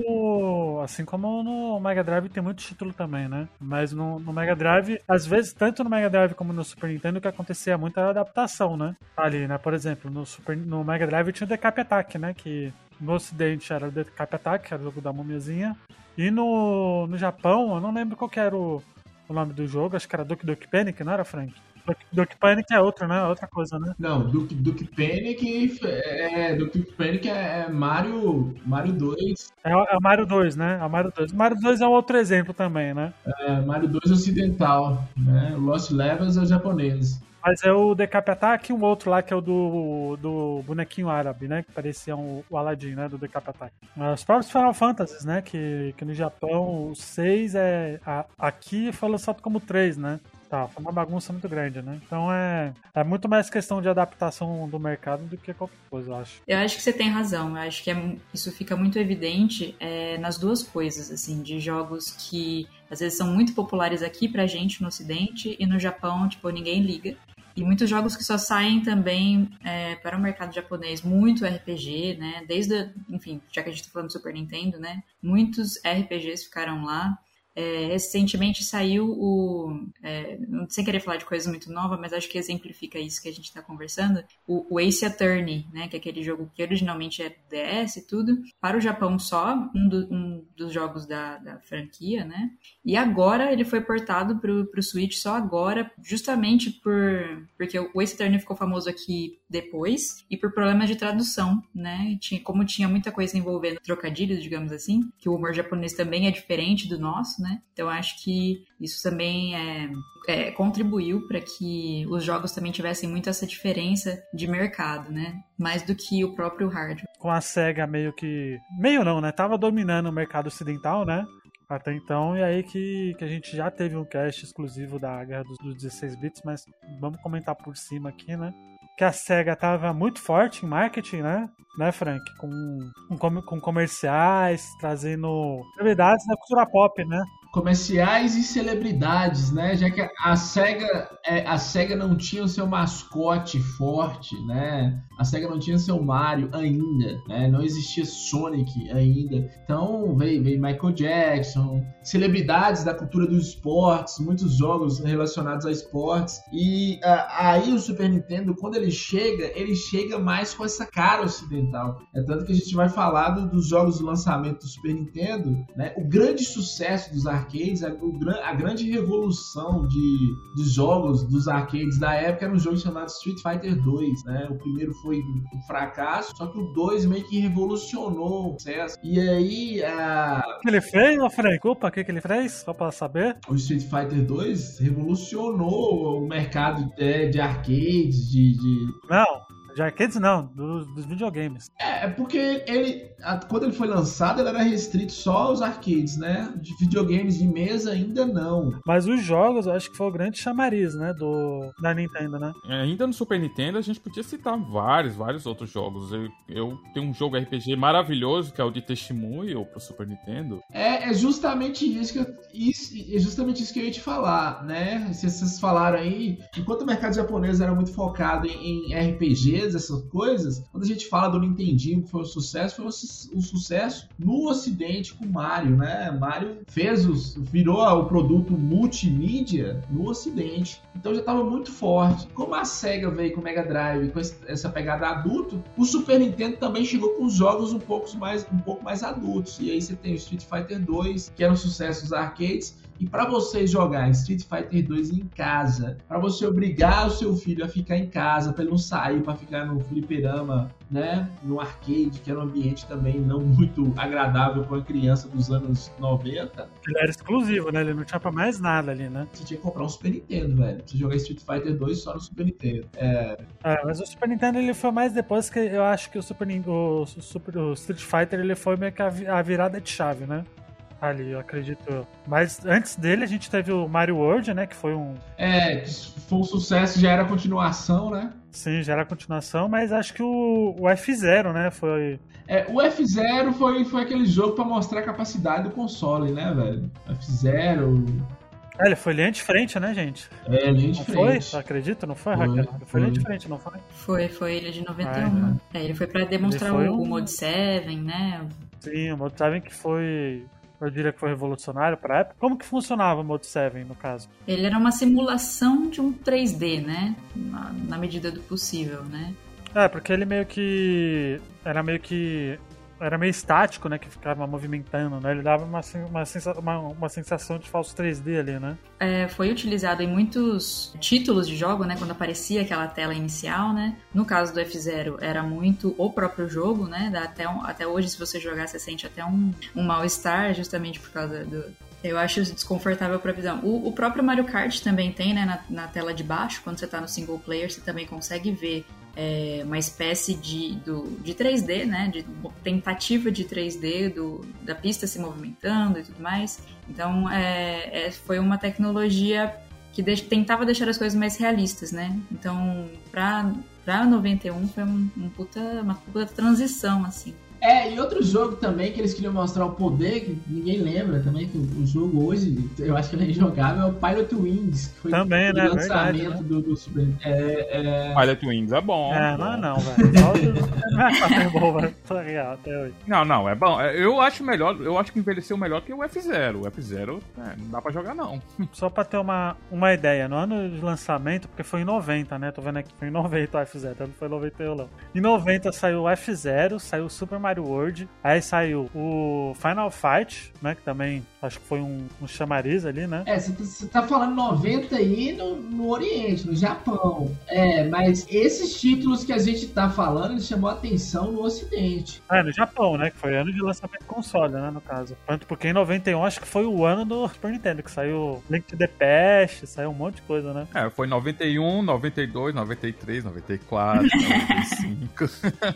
o assim como no Mega Drive tem muito título também, né, mas no, no Mega Drive, às vezes, tanto no Mega Drive como no Super Nintendo, o que acontecia muito era a adaptação, né, ali, né, por exemplo, no, Super, no Mega Drive tinha o Decap Attack, né, que no Ocidente era o Decap Attack, era o jogo da mumiazinha. E no, no Japão, eu não lembro qual que era o, o nome do jogo, acho que era Doki Doki Panic, não era, Frank? Doki, Doki Panic é outro, né? Outra coisa, né? Não, Doki Doki Panic é, Doki Panic é Mario, Mario dois. É, é o Mario dois, né? É o Mario dois. O Mario dois é um outro exemplo também, né? É, Mario dois ocidental, né? Lost Levels é o japonês. Mas é o Decap Attack e um outro lá que é o do, do bonequinho árabe, né? Que parecia um, o Aladdin, né? Do Decap Attack. Os próprios Final Fantasies, né? Que, que no Japão o seis é... A, aqui foi lançado como três, né? Tá, foi uma bagunça muito grande, né? Então é, é muito mais questão de adaptação do mercado do que qualquer coisa, eu acho. Eu acho que você tem razão. Eu acho que é, isso fica muito evidente é, nas duas coisas, assim, de jogos que às vezes são muito populares aqui pra gente no Ocidente e no Japão, tipo, ninguém liga. E muitos jogos que só saem também é, para o mercado japonês, muito R P G, né? Desde, enfim, já que a gente tá falando do Super Nintendo, né? Muitos R P Gs ficaram lá. É, recentemente saiu o... É, sem querer falar de coisa muito nova, mas acho que exemplifica isso que a gente está conversando. O, o Ace Attorney, né, que é aquele jogo que originalmente é D S e tudo. Para o Japão só, um, do, um dos jogos da, da franquia, né? E agora ele foi portado para o Switch só agora, justamente por... Porque o Ace Attorney ficou famoso aqui depois e por problemas de tradução, né? Tinha, como tinha muita coisa envolvendo trocadilhos, digamos assim, que o humor japonês também é diferente do nosso, né? Então acho que isso também é, é, contribuiu para que os jogos também tivessem muito essa diferença de mercado, né? Mais do que o próprio hardware. Com a SEGA meio que... Meio não, né? Tava dominando o mercado ocidental, né? Até então, e aí que, que a gente já teve um cast exclusivo da Guerra dos, dos dezesseis bits, mas vamos comentar por cima aqui, né? Que a SEGA tava muito forte em marketing, né? Né, Frank? Com, com, com comerciais, trazendo novidades da cultura pop, né? Comerciais e celebridades, né? Já que a SEGA, a SEGA não tinha o seu mascote forte, né? A SEGA não tinha seu Mario ainda, né? Não existia Sonic ainda. Então veio, veio Michael Jackson, celebridades da cultura dos esportes, muitos jogos relacionados a esportes. E uh, aí o Super Nintendo, quando ele chega, ele chega mais com essa cara ocidental. É tanto que a gente vai falar do, dos jogos do lançamento do Super Nintendo, né? O grande sucesso dos arcades, a, o, a grande revolução de, de jogos dos arcades da época era um jogo chamado Street Fighter dois, né? O primeiro foi um fracasso, só que o dois meio que revolucionou o sucesso. E aí a... O que ele fez, ô Frank? Opa, o que, que ele fez? Só pra saber. O Street Fighter dois revolucionou o mercado de, de arcades, de... de... Não. De arcades não, dos, dos videogames. É, porque ele, a, quando ele foi lançado, ele era restrito só aos arcades, né? De videogames de mesa ainda não. Mas os jogos, eu acho que foi o grande chamariz, né? Do, da Nintendo, né? Ainda no Super Nintendo, a gente podia citar vários, vários outros jogos. Eu, eu tenho um jogo R P G maravilhoso, que é o de Testemunho pro Super Nintendo. É, é justamente isso que eu, isso, é justamente isso que eu ia te falar, né? Vocês falaram aí, enquanto o mercado japonês era muito focado em, em R P Gs, arcades, essas coisas, quando a gente fala do Nintendinho, que foi um sucesso, foi um, um sucesso no Ocidente com o Mario, né? Mario fez os, virou o produto multimídia no Ocidente. Então já estava muito forte. Como a SEGA veio com o Mega Drive, com essa pegada adulto, o Super Nintendo também chegou com jogos um pouco mais, um pouco mais adultos. E aí você tem o Street Fighter dois, que era um sucesso nos arcades. E para você jogar Street Fighter dois em casa, para você obrigar o seu filho a ficar em casa, para ele não sair, para ficar no fliperama, né, no arcade, que era um ambiente também não muito agradável para uma criança dos anos noventa. Ele era exclusivo, né? Ele não tinha pra mais nada ali, né? Você tinha que comprar um Super Nintendo, velho. Pra você jogar Street Fighter dois só no Super Nintendo. É... é, mas o Super Nintendo ele foi mais depois, que eu acho que o Super, o, Super, o Street Fighter ele foi meio que a virada de chave, né? Ali, eu acredito. Mas antes dele a gente teve o Mario World, né? Que foi um... É, foi um sucesso, já era continuação, né? Sim, já era continuação, mas acho que o, o F zero, né? Foi... É, o F zero foi, foi aquele jogo pra mostrar a capacidade do console, né, velho? F zero... É, ele foi linha de frente, né, gente? É, linha de não frente. Foi? Acredita? Não foi, foi Raquel? Foi, foi linha de frente, não foi? Foi, foi ele de noventa e um. Ah, é. É, ele foi pra demonstrar o, um... o Mode sete, né? Sim, o Mode sete que foi... Eu diria que foi revolucionário para a época. Como que funcionava o Mode sete, no caso? Ele era uma simulação de um três D, né? Na, na medida do possível, né? É, porque ele meio que... Era meio que... Era meio estático, né? Que ficava movimentando, né? Ele dava uma, uma, sensação, uma, uma sensação de falso três D ali, né? É, foi utilizado em muitos títulos de jogo, né? Quando aparecia aquela tela inicial, né? No caso do F zero, era muito o próprio jogo, né? Dá até, um, até hoje, se você jogar, você sente até um, um mal-estar, justamente por causa do... Eu acho desconfortável pra visão. O, o próprio Mario Kart também tem, né? Na, na tela de baixo, quando você tá no single player, você também consegue ver é, uma espécie de, do, de três D, né? De tentativa de três D do, da pista se movimentando e tudo mais. Então, é, é, foi uma tecnologia que de, tentava deixar as coisas mais realistas, né? Então, pra, pra noventa e um foi um, um puta, uma puta transição, assim. É, e outro jogo também que eles queriam mostrar o poder, que ninguém lembra também, que o jogo hoje, eu acho que ele é injogável, é o Pilot Wings, que foi também, o né? lançamento Verdade, do, do Super... É, é... Pilot Wings é bom. É, bom. não é não, velho. Não é bom, velho. Tô real até hoje. Não, não, é bom. Eu acho melhor, eu acho que envelheceu melhor que o F zero. O F zero, é, não dá pra jogar, não. Só pra ter uma, uma ideia, no ano de lançamento, porque foi em noventa, né? Tô vendo aqui, foi em noventa o F zero, não foi em noventa e um, não. Em noventa saiu o F zero, saiu o Super Mario World, aí saiu o Final Fight, né? Que também acho que foi um, um chamariz ali, né? É, você tá falando noventa aí no, no Oriente, no Japão. É, mas esses títulos que a gente tá falando, ele chamou a atenção no Ocidente. É, no Japão, né? Que foi ano de lançamento de console, né? No caso. Tanto porque em noventa e um acho que foi o ano do Super Nintendo, que saiu Link to the Past, saiu um monte de coisa, né? É, foi noventa e um, noventa e dois, noventa e três, noventa e quatro, noventa e cinco.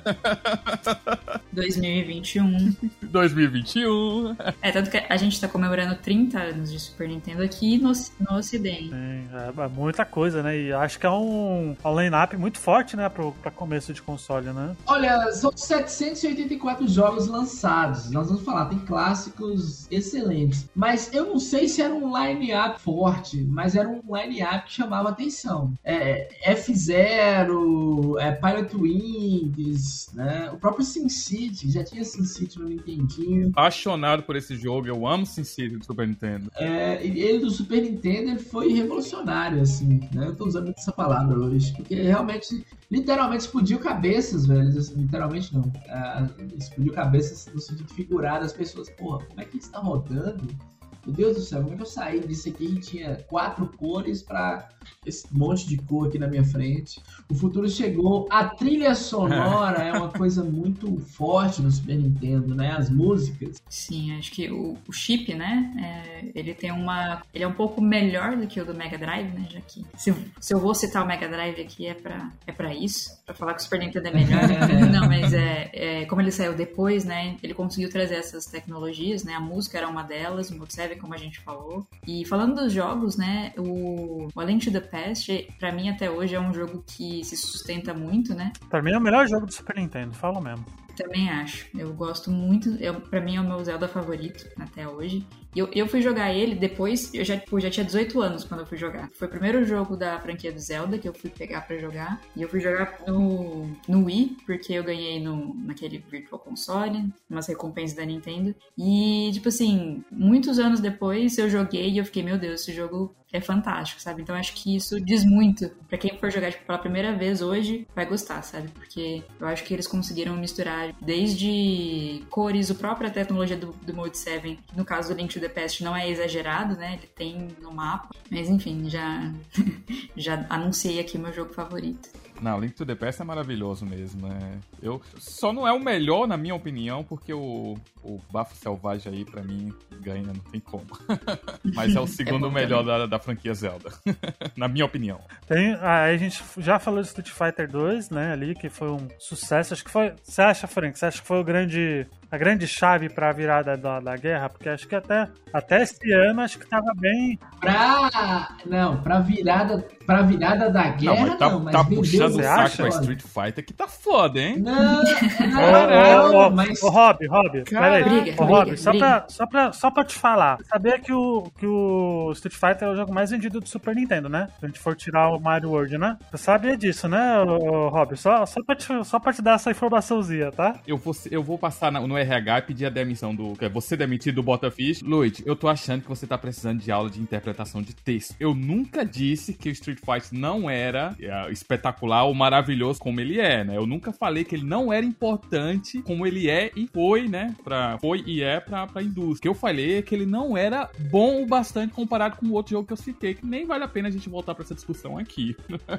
dois mil e vinte e um. dois mil e vinte e um. É, tanto que a gente tá comemorando trinta anos de Super Nintendo aqui no, no Ocidente. Sim, é muita coisa, né? E acho que é um, um line-up muito forte, né? Pro, pra começo de console, né? Olha, são setecentos e oitenta e quatro jogos lançados. Nós vamos falar, tem clássicos excelentes. Mas eu não sei se era um line-up forte, mas era um line-up que chamava atenção. É, F zero, é, Pilot Wings, né? O próprio SimCity, já tinha SimCity no Nintendinho. Apaixonado por esse jogo, eu amo SimCity do Super Nintendo. É, ele do Super Nintendo ele foi revolucionário, assim, né? Eu tô usando muito essa palavra hoje, porque realmente, literalmente explodiu cabeças, velho. Assim, literalmente não. É, explodiu cabeças no sentido figurado. As pessoas, porra, como é que isso tá rodando? Meu Deus do céu, como é que eu saí disso aqui e tinha quatro cores pra esse monte de cor aqui na minha frente? O futuro chegou. A trilha sonora é uma coisa muito forte no Super Nintendo, né? As músicas. Sim, acho que o, o chip, né? É, ele tem uma... Ele é um pouco melhor do que o do Mega Drive, né? Já que se, se eu vou citar o Mega Drive aqui é pra, é pra isso. Pra falar que o Super Nintendo é melhor. Não, mas é, é... Como ele saiu depois, né? Ele conseguiu trazer essas tecnologias, né? A música era uma delas, o Mode sete, como a gente falou. E falando dos jogos, né, o A Link to the Past, pra mim até hoje é um jogo que se sustenta muito, né? Pra mim é o melhor jogo do Super Nintendo, falo mesmo. Também acho. Eu gosto muito, eu, pra mim é o meu Zelda favorito até hoje. E eu, eu fui jogar ele depois, eu já, tipo, já tinha dezoito anos quando eu fui jogar. Foi o primeiro jogo da franquia do Zelda que eu fui pegar pra jogar. E eu fui jogar no, no Wii, porque eu ganhei no, naquele Virtual Console, umas recompensas da Nintendo. E, tipo assim, muitos anos depois eu joguei e eu fiquei, meu Deus, esse jogo é fantástico, sabe? Então acho que isso diz muito. Pra quem for jogar tipo, pela primeira vez hoje, vai gostar, sabe? Porque eu acho que eles conseguiram misturar desde cores, a própria tecnologia do, do Mode sete, que no caso do Link to the Past não é exagerado, né? Ele tem no mapa. Mas enfim, já, já anunciei aqui meu jogo favorito. Não, Link to the Past é maravilhoso mesmo. É. Eu, só não é o melhor, na minha opinião, porque o, o Bafo Selvagem aí, pra mim, ganha, não tem como. Mas é o segundo é melhor da, da franquia Zelda, na minha opinião. Tem, aí a gente já falou de Street Fighter dois, né, ali, que foi um sucesso. Acho que foi... Você acha, Frank, você acha que foi o grande... a grande chave pra virada da, da guerra? Porque acho que até, até esse ano, acho que tava bem... Pra... Não, pra virada, pra virada da guerra, não. Mas tá, não, mas tá puxando o saco pra acha? Street Fighter que tá foda, hein? Não, não, não, ô, mas... Ô, Rob, Rob, peraí. Briga, Ô, Rob, briga, só, briga. pra, só, pra, só pra te falar, sabia que o, que o Street Fighter é o jogo mais vendido do Super Nintendo, né? Se a gente for tirar o Mario World, né? Você sabia disso, né, ô, ô, Rob? Só, só, pra te, só pra te dar essa informaçãozinha, tá? Eu vou, eu vou passar no R H e pedir a demissão do... Você demitido do Botafish. Luigi, eu tô achando que você tá precisando de aula de interpretação de texto. Eu nunca disse que o Street Fighter não era é, espetacular ou maravilhoso como ele é, né? Eu nunca falei que ele não era importante como ele é e foi, né? Pra, foi e é pra, pra indústria. O que eu falei é que ele não era bom o bastante comparado com o outro jogo que eu citei, que nem vale a pena a gente voltar pra essa discussão aqui.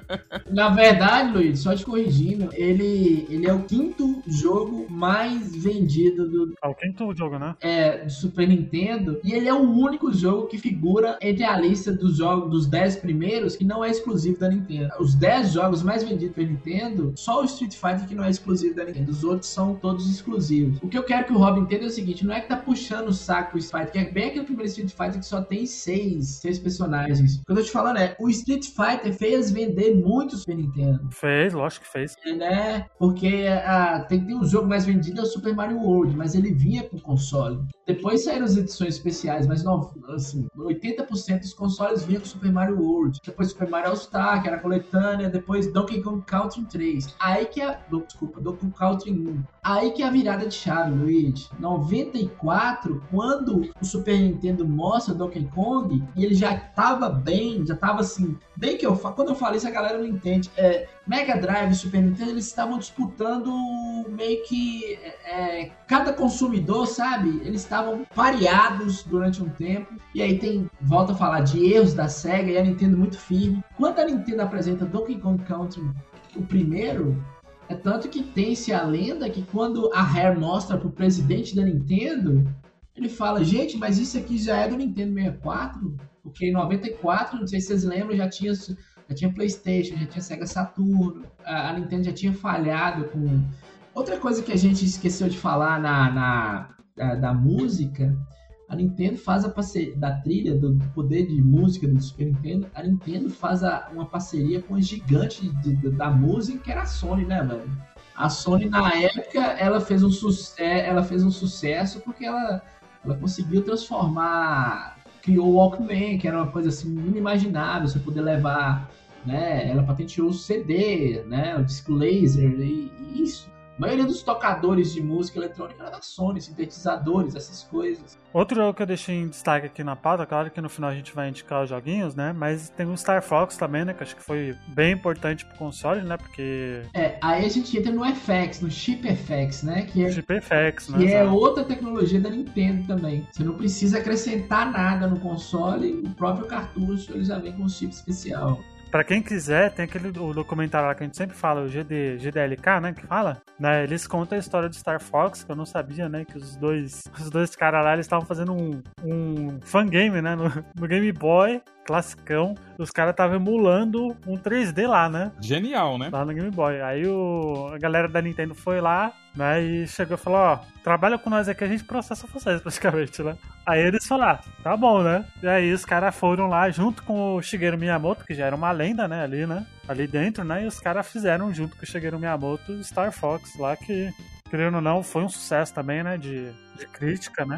Na verdade, Luiz, só te corrigindo, ele, ele é o quinto jogo mais vendido do, É o quinto jogo, né? é, do Super Nintendo, e ele é o único jogo que figura entre a lista dos jogos dos dez primeiros que não é exclusivo da Nintendo. Os dez jogos mais vendidos pela Nintendo, só o Street Fighter que não é exclusivo da Nintendo. Os outros são todos exclusivos. O que eu quero que o Rob entenda é o seguinte, não é que tá puxando o saco o Street Fighter, que é bem aquele primeiro Street Fighter que só tem seis, seis personagens. O que eu tô te falando é, o Street Fighter fez vender muito o Super Nintendo. Fez, lógico que fez. Né? Porque ah, tem, tem um jogo mais vendido é o Super Mario World, mas ele vinha com console. Depois saíram as edições especiais, mas não, assim, oitenta por cento dos consoles vinham com Super Mario World. Depois Super Mario All-Star, que era coletânea, depois Donkey Kong Country três. Aí que é, desculpa, Donkey Kong Country um. Aí que é a virada de chave, Luigi. noventa e quatro, quando o Super Nintendo mostra Donkey Kong, e ele já tava bem, já tava assim, bem que eu falo, quando eu falo isso a galera não entende, é, Mega Drive e Super Nintendo, eles estavam disputando meio que é, cada consumidor, sabe? Eles estavam pareados durante um tempo, e aí tem, volta a falar de erros da Sega e a Nintendo muito firme. Quando a Nintendo apresenta Donkey Kong Country, o primeiro, é tanto que tem-se a lenda que quando a Rare mostra pro presidente da Nintendo, ele fala, gente, mas isso aqui já é do Nintendo sessenta e quatro? Porque em noventa e quatro, não sei se vocês lembram, já tinha, já tinha PlayStation, já tinha Sega Saturno, a, a Nintendo já tinha falhado com... Outra coisa que a gente esqueceu de falar na, na da, da música, a Nintendo faz a parceria, da trilha, do poder de música do Super Nintendo, a Nintendo faz a, uma parceria com a gigante de, de, da música, que era a Sony, né, velho? A Sony, na época, ela fez um, su- é, ela fez um sucesso porque ela, ela conseguiu transformar, criou o Walkman, que era uma coisa assim inimaginável, você poder levar, né? Ela patenteou o C D, né? O disco laser e, e isso. A maioria dos tocadores de música eletrônica era da Sony, sintetizadores, essas coisas. Outro jogo que eu deixei em destaque aqui na pauta, claro que no final a gente vai indicar os joguinhos, né? Mas tem o Star Fox também, né? Que acho que foi bem importante pro console, né? Porque... É, aí a gente entra no F X, no Chip F X, né? Que é, Chip F X, né? que é Exato. outra tecnologia da Nintendo também. Você não precisa acrescentar nada no console, o próprio cartucho ele já vem com um chip especial. Pra quem quiser, tem aquele o documentário lá que a gente sempre fala, o G D, G D L K, né, que fala, né, eles contam a história do Star Fox, que eu não sabia, né, que os dois, os dois caras lá, eles estavam fazendo um, um fangame, né, no, no Game Boy, classicão, os caras estavam emulando um três D lá, né, Genial, né? lá no Game Boy. Aí o, a galera da Nintendo foi lá, né, e chegou e falou, ó, trabalha com nós aqui, a gente processa vocês, praticamente, né. Aí eles falaram, ah, tá bom, né. E aí os caras foram lá, junto com o Shigeru Miyamoto, que já era uma lenda, né, ali, né, ali dentro, né, e os caras fizeram, junto com o Shigeru Miyamoto, Star Fox lá, que, querendo ou não, foi um sucesso também, né, de, de crítica, né.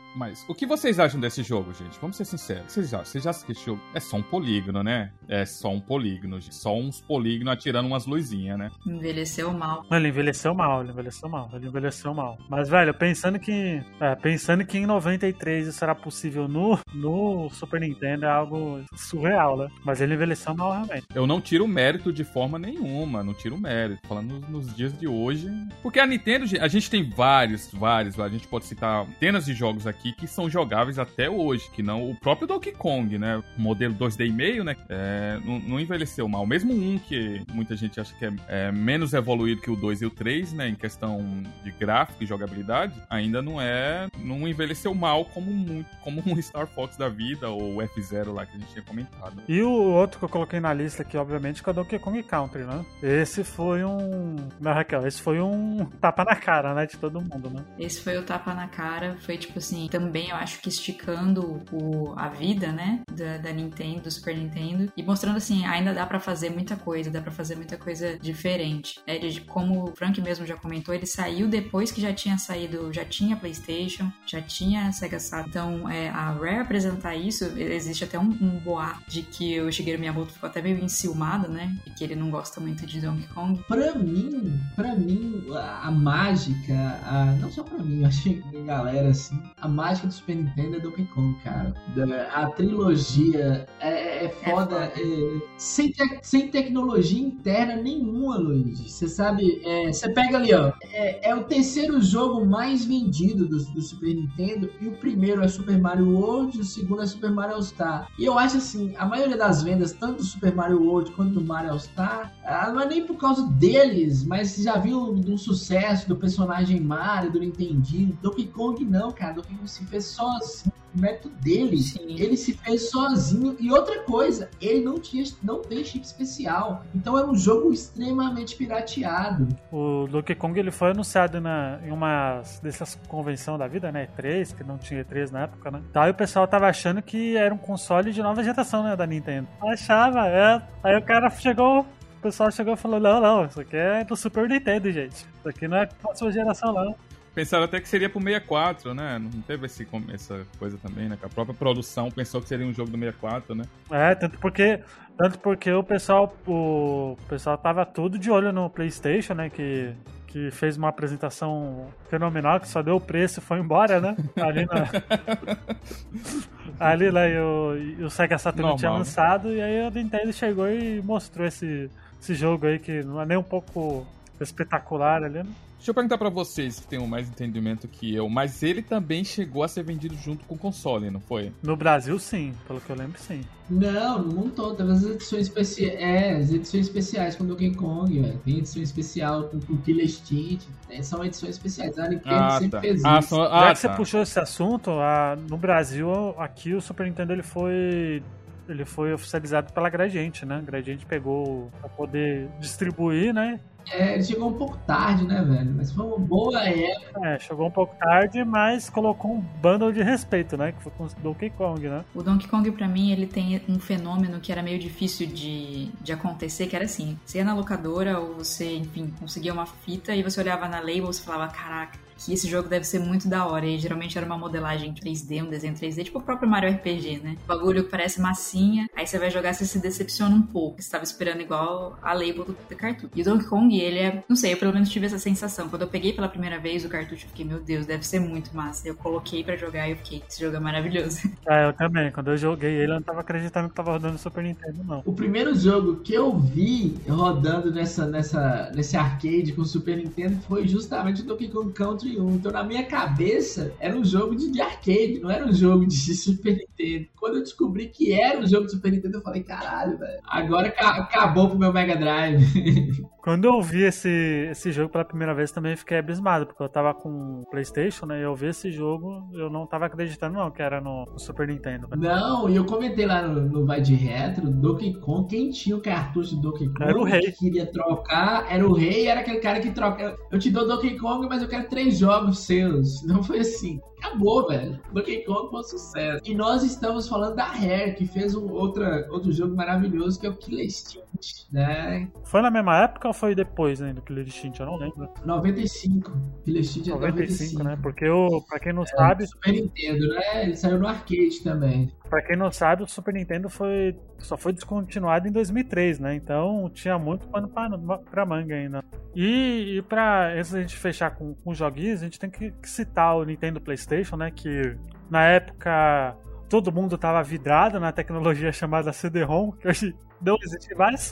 Mas o que vocês acham desse jogo, gente? Vamos ser sinceros. Vocês já, vocês já assistiram esse jogo? É só um polígono, né? É só um polígono, gente. Só uns polígonos atirando umas luzinhas, né? Envelheceu mal. Ele envelheceu mal, ele envelheceu mal, ele envelheceu mal. Mas, velho, pensando que... É, pensando que em noventa e três isso era possível no, no Super Nintendo é algo surreal, né? Mas ele envelheceu mal, realmente. Eu não tiro mérito de forma nenhuma, não tiro mérito. Falando nos, nos dias de hoje... Porque a Nintendo, a gente tem vários, vários, a gente pode citar centenas de jogos aqui que são jogáveis até hoje, que não o próprio Donkey Kong, né? O modelo dois D e meio, né? É, não, não envelheceu mal. Mesmo um que muita gente acha que é, é menos evoluído que o dois e o três, né? Em questão de gráfico e jogabilidade, ainda não é... Não envelheceu mal como, muito, como um Star Fox da vida ou o F Zero lá que a gente tinha comentado. E o outro que eu coloquei na lista aqui, obviamente, que é o Donkey Kong Country, né? Esse foi um... Não, Raquel, esse foi um tapa na cara, né? De todo mundo, né? Esse foi o tapa na cara. Foi, tipo assim, também eu acho que esticando o, a vida, né? Da, da Nintendo, do Super Nintendo. E mostrando, assim, ainda dá pra fazer muita coisa. Dá pra fazer muita coisa diferente. É, de, como o Frank mesmo já comentou, ele saiu depois que já tinha saído... Já tinha PlayStation, já tinha Sega Saturn. Então, é, a Rare apresentar isso... Existe até um, um boato de que o Shigeru Miyamoto ficou até meio enciumado, né? E que ele não gosta muito de Donkey Kong. Pra mim, pra mim, a, a mágica... A, não só pra mim, eu acho que a galera, assim... A mágica do Super Nintendo é Donkey Kong, cara. A trilogia é, é foda. É foda. É, sem, te, sem tecnologia interna nenhuma, Luiz. Você sabe... É, você pega ali, ó. É, é o terceiro jogo mais vendido do, do Super Nintendo. E o primeiro é Super Mario World. E o segundo é Super Mario All-Star. E eu acho assim, a maioria das vendas, tanto do Super Mario World quanto do Mario All-Star, não é nem por causa deles, mas você já viu do sucesso do personagem Mario, do Nintendinho. Donkey Kong não, cara. Donkey Kong se fez sozinho. O método dele, Sim. ele se fez sozinho. E outra coisa, ele não tinha, não tem chip especial. Então é um jogo extremamente pirateado. O Donkey Kong ele foi anunciado na, em uma dessas convenções da vida, né? E três, que não tinha E três na época, né? Então, aí o pessoal tava achando que era um console de nova geração, né? Da Nintendo. Achava, é. Aí o cara chegou... O pessoal chegou e falou, não, não, isso aqui é do Super Nintendo, gente. Isso aqui não é da sua geração, não. Pensaram até que seria pro sessenta e quatro, né? Não teve esse, essa coisa também, né? Que a própria produção pensou que seria um jogo do sessenta e quatro, né? É, tanto porque, tanto porque o pessoal o pessoal tava tudo de olho no PlayStation, né? Que, que fez uma apresentação fenomenal, que só deu o preço e foi embora, né? Ali na... Ali lá, e o, e o Sega Saturn tinha lançado, e aí a Nintendo chegou e mostrou esse, esse jogo aí, que não é nem um pouco espetacular ali, né? Deixa eu perguntar pra vocês que tem mais entendimento que eu, mas ele também chegou a ser vendido junto com o console, não foi? No Brasil, sim. Pelo que eu lembro, sim. Não, no mundo todo. Teve as edições especiais. É, as edições especiais com Donkey Kong, velho. Tem edição especial com, com Killer Instinct. Né? São edições especiais. A Nintendo ah, sempre tá. fez ah, isso. São... Ah, Já tá. que você puxou esse assunto, a, no Brasil, aqui o Super Nintendo ele foi... Ele foi oficializado pela Gradiente, né? A Gradiente pegou pra poder distribuir, né? É, ele chegou um pouco tarde, né, velho? Mas foi uma boa época. É, chegou um pouco tarde, mas colocou um bundle de respeito, né? Que foi com o Donkey Kong, né? O Donkey Kong, pra mim, ele tem um fenômeno que era meio difícil de, de acontecer, que era assim, você ia na locadora ou você, enfim, conseguia uma fita e você olhava na label e você falava, caraca, que esse jogo deve ser muito da hora. E geralmente era uma modelagem três D, um desenho três D, tipo o próprio Mario R P G, né? O bagulho que parece massinha, aí você vai jogar, você se decepciona um pouco. Você tava esperando igual a label do, do cartucho. E o Donkey Kong, ele é, não sei, eu pelo menos tive essa sensação. Quando eu peguei pela primeira vez o cartucho, eu fiquei, meu Deus, deve ser muito massa. Eu coloquei pra jogar e eu fiquei, esse jogo é maravilhoso. É, eu também. Quando eu joguei ele, eu não tava acreditando que tava rodando no Super Nintendo, não. O primeiro jogo que eu vi rodando nessa, nessa, nesse arcade com o Super Nintendo foi justamente o Donkey Kong Country um. Então, na minha cabeça, era um jogo de, de arcade, não era um jogo de Super Nintendo. Quando eu descobri que era um jogo de Super Nintendo, eu falei, caralho, velho, agora ca- acabou pro meu Mega Drive. Quando eu vi esse, esse jogo pela primeira vez, também fiquei abismado, porque eu tava com o PlayStation, né, e eu vi esse jogo, eu não tava acreditando não que era no, no Super Nintendo. Né? Não, e eu comentei lá no, no Vai de Retro, Donkey Kong, quem tinha o cartucho do Donkey Kong, era o rei. Que queria trocar, era o rei, era aquele cara que troca, eu te dou Donkey Kong, mas eu quero três jogos seus. Não foi assim. acabou, velho. Donkey Kong foi um sucesso. E nós estamos falando da Rare, que fez um outra, outro jogo maravilhoso, que é o Killer Instinct, né? Foi na mesma época ou foi depois, né, do Killer Instinct? Eu não lembro. noventa e cinco. Killer Instinct é noventa e cinco, noventa e cinco, né? Porque, o, pra quem não é, sabe... Super Nintendo, né? Ele saiu no arcade também. Pra quem não sabe, o Super Nintendo foi, só foi descontinuado em dois mil e três, né? Então tinha muito pano pra, pra manga ainda. E, e pra, antes da gente fechar com, com os joguinhos, a gente tem que, que citar o Nintendo PlayStation, né? Que na época todo mundo tava vidrado na tecnologia chamada C D-ROM, que hoje não existe mais.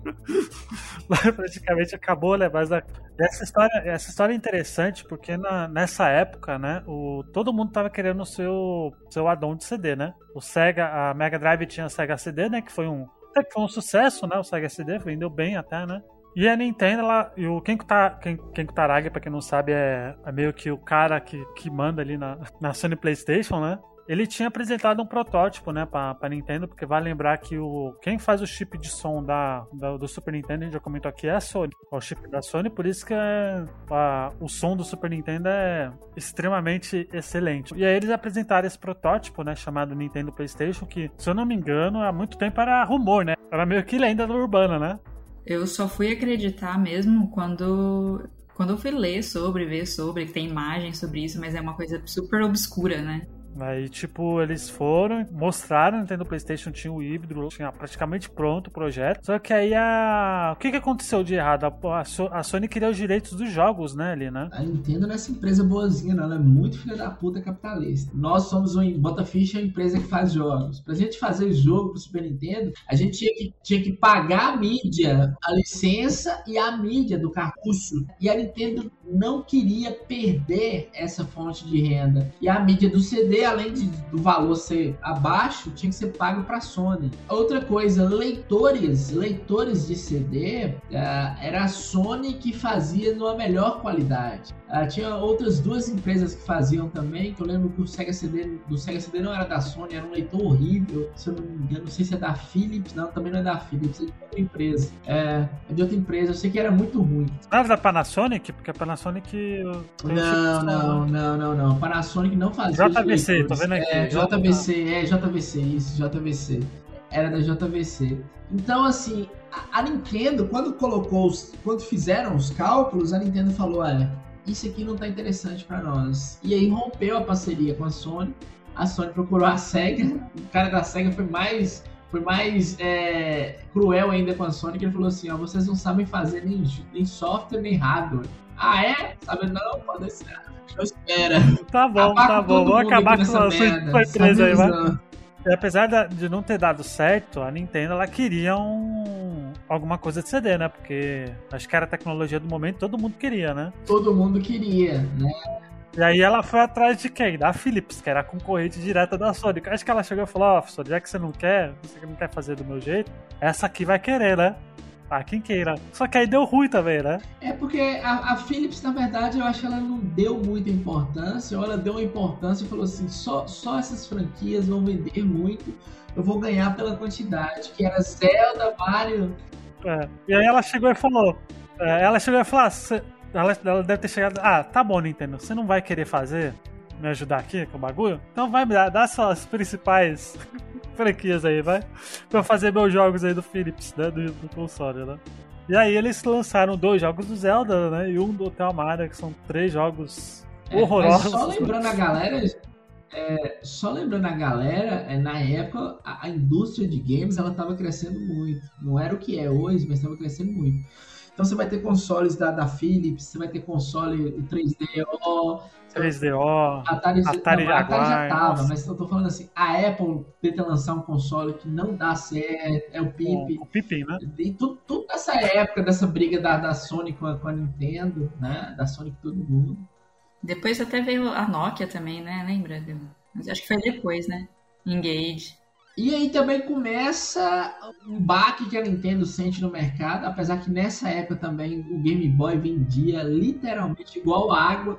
Praticamente acabou, né? Mas a, essa, história, essa história é interessante porque na, nessa época, né? O, todo mundo tava querendo o seu, seu add-on de C D, né? O Sega, a Mega Drive tinha o Sega C D, né? Que foi um, que foi um sucesso, né? O Sega C D vendeu bem até, né? E a Nintendo, ela, e o Ken, Ken, Ken Kutaragi, pra quem não sabe, é, é meio que o cara que, que manda ali na, na Sony PlayStation, né? Ele tinha apresentado um protótipo, né, pra, pra Nintendo, porque vai lembrar que o, quem faz o chip de som da, da, do Super Nintendo, a gente já comentou aqui, é a Sony. É o chip da Sony, por isso que é, a, o som do Super Nintendo é extremamente excelente. E aí eles apresentaram esse protótipo, né, chamado Nintendo PlayStation, que, se eu não me engano, há muito tempo era rumor, né? Era meio que lenda urbana, né? Eu só fui acreditar mesmo quando... Quando eu fui ler sobre, ver sobre, que tem imagem sobre isso, mas é uma coisa super obscura, né? Aí, tipo, eles foram, mostraram, o Nintendo PlayStation tinha o híbrido, tinha praticamente pronto o projeto. Só que aí, a... o que que aconteceu de errado? A, so... a Sony queria os direitos dos jogos, né, ali, né? A Nintendo não é essa empresa boazinha, não. Ela é muito filha da puta capitalista. Nós somos um... Botafish é uma empresa que faz jogos. Pra gente fazer jogo pro Super Nintendo, a gente tinha que, tinha que pagar a mídia, a licença e a mídia do cartucho. E a Nintendo não queria perder essa fonte de renda. E a mídia do C D, além de, do valor ser abaixo, tinha que ser pago para a Sony. Outra coisa, leitores, leitores de C D, uh, era a Sony que fazia numa melhor qualidade. Uh, tinha outras duas empresas que faziam também, que eu lembro que o Sega C D, do Sega C D não era da Sony, era um leitor horrível, se eu não me engano, não sei se é da Philips, não, também não é da Philips, é de outra empresa. É, é de outra empresa, eu sei que era muito ruim. Não era da Panasonic? Porque a Panasonic... Não, não, não, não, não, Panasonic não fazia J V C, tô vendo aqui. É, J V C, é, J V C, isso, J V C. Era da J V C. Então, assim, a, a Nintendo, quando colocou, os, quando fizeram os cálculos, a Nintendo falou, olha, isso aqui não tá interessante pra nós. E aí rompeu a parceria com a Sony. A Sony procurou a SEGA. O cara da SEGA foi mais, foi mais é, cruel ainda com a Sony, que ele falou assim, ó, vocês não sabem fazer nem, nem software, nem hardware. Ah, é? Sabe não? Pode ser. Eu espero. Tá bom, Abaca tá bom. Vamos acabar com a sua empresa aí, vai. E apesar de não ter dado certo, a Nintendo, ela queria um... alguma coisa de C D, né? Porque acho que era a tecnologia do momento, todo mundo queria, né? Todo mundo queria, né? E aí ela foi atrás de quem? Da Philips, que era a concorrente direta da Sony. Acho que ela chegou e falou, ó, oh, Sony, já que você não quer, você não quer fazer do meu jeito, essa aqui vai querer, né? Ah, quem queira. Só que aí deu ruim também, né? É porque a, a Philips, na verdade, eu acho que ela não deu muita importância, ou ela deu uma importância e falou assim, só, só essas franquias vão vender muito, eu vou ganhar pela quantidade, que era Zelda, Mario... É. E aí ela chegou e falou, é, ela chegou e falou, ah, ela, ela deve ter chegado, ah, tá bom, Nintendo, você não vai querer fazer, me ajudar aqui com o bagulho? Então vai me dar, dá suas principais... franquias aí, vai? Pra fazer meus jogos aí do Philips, né? Do, do console, né? E aí eles lançaram dois jogos do Zelda, né? E um do Hotel Mario, que são três jogos é, horrorosos. Mas só lembrando a galera, é, só lembrando a galera, é, na época a, a indústria de games ela tava crescendo muito. Não era o que é hoje, mas tava crescendo muito. Então você vai ter consoles da, da Philips, você vai ter console três D O, três D O, Atari, Atari, não, a Atari já tava, nossa. Mas eu tô falando assim, a Apple tenta lançar um console que não dá certo, é o Pippin. O, o Pippin, né? E tudo, tudo nessa época, dessa briga da, da Sony com a, com a Nintendo, né? Da Sony com todo mundo. Depois até veio a Nokia também, né? Lembra? Mas acho que foi depois, né? Engage. E aí também começa um baque que a Nintendo sente no mercado, apesar que nessa época também o Game Boy vendia literalmente igual água.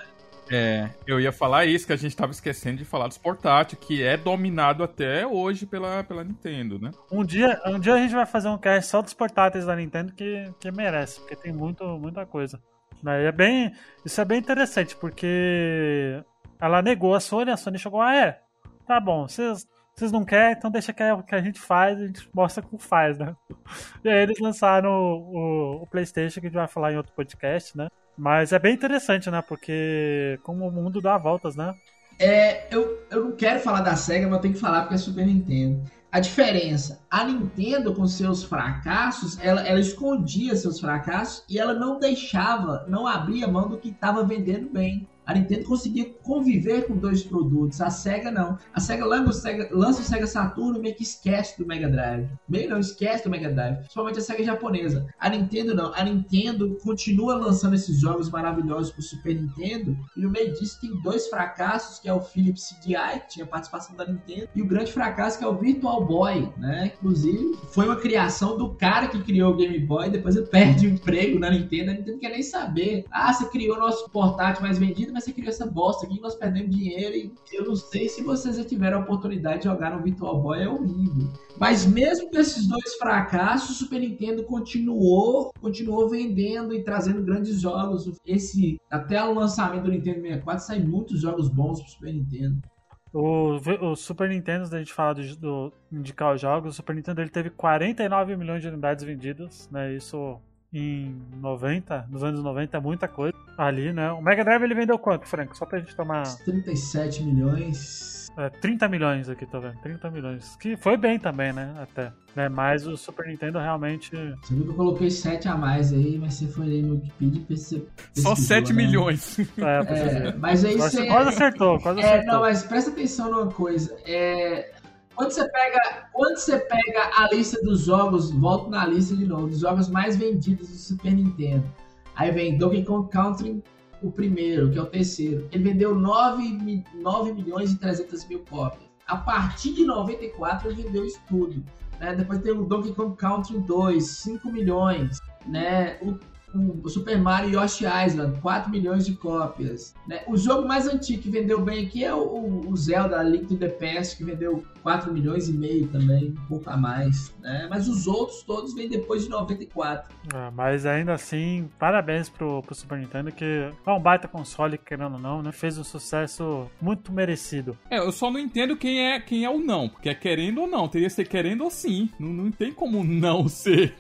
É, eu ia falar isso, que a gente tava esquecendo de falar dos portáteis, que é dominado até hoje pela, pela Nintendo, né? Um dia, um dia a gente vai fazer um cast só dos portáteis da Nintendo que, que merece, porque tem muito, muita coisa. É bem, isso é bem interessante, porque ela negou a Sony, a Sony chegou, ah, é, tá bom, vocês, vocês não querem, então deixa que a, que a gente faz, a gente mostra como faz, né? E aí eles lançaram o, o, o PlayStation, que a gente vai falar em outro podcast, né? Mas é bem interessante, né? Porque como o mundo dá voltas, né? É, eu, eu não quero falar da SEGA, mas eu tenho que falar porque é Super Nintendo. A diferença, a Nintendo com seus fracassos, ela, ela escondia seus fracassos e ela não deixava, não abria mão do que estava vendendo bem. A Nintendo conseguia conviver com dois produtos, a SEGA não. A SEGA lança o Sega, lança o Sega Saturno e meio que esquece do Mega Drive. Meio não, esquece do Mega Drive. Principalmente a SEGA japonesa. A Nintendo não. A Nintendo continua lançando esses jogos maravilhosos pro Super Nintendo. E no meio disso tem dois fracassos, que é o Philips C D I, que tinha participação da Nintendo, e o grande fracasso que é o Virtual Boy, né? Inclusive, foi uma criação do cara que criou o Game Boy, depois ele perde o emprego na Nintendo. A Nintendo não quer nem saber. Ah, você criou o nosso portátil mais vendido, mas você criou essa bosta aqui, nós perdemos dinheiro e eu não sei se vocês já tiveram a oportunidade de jogar no Virtual Boy, é horrível. Mas mesmo com esses dois fracassos, o Super Nintendo continuou, continuou vendendo e trazendo grandes jogos. Esse, até o lançamento do Nintendo sessenta e quatro, saem muitos jogos bons pro Super Nintendo. O, o Super Nintendo, da gente falar do, do indicar os jogos, o Super Nintendo ele teve quarenta e nove milhões de unidades vendidas, né? Isso em noventa, nos anos noventa é muita coisa ali, né? O Mega Drive ele vendeu quanto, Frank? Só pra gente tomar... trinta e sete milhões. É, trinta milhões aqui, tô vendo. trinta milhões. Que foi bem também, né? Até. Né? Mas o Super Nintendo realmente... Você viu que eu coloquei sete a mais aí, mas você foi aí no Wikipedia e percebeu. Só sete né? milhões. É, é, mas aí quase, você... quase acertou, quase é, acertou. Não, mas presta atenção numa coisa. É... Quando você, pega, quando você pega a lista dos jogos, volto na lista de novo, dos jogos mais vendidos do Super Nintendo. Aí vem Donkey Kong Country, o primeiro, que é o terceiro. Ele vendeu nove milhões e trezentas mil cópias. A partir de noventa e quatro ele vendeu isso tudo. Né? Depois tem o Donkey Kong Country dois, cinco milhões. Né? O, o Super Mario Yoshi Island, quatro milhões de cópias. Né? O jogo mais antigo que vendeu bem aqui é o, o Zelda Link to the Past, que vendeu quatro milhões e meio também, um pouco a mais. Né? Mas os outros todos vêm depois de noventa e quatro. É, mas ainda assim, parabéns pro, pro Super Nintendo, que é um baita console, querendo ou não, né? Fez um sucesso muito merecido. É, eu só não entendo quem é, quem é o não, porque é querendo ou não, teria que ser querendo ou sim. Não, não tem como não ser.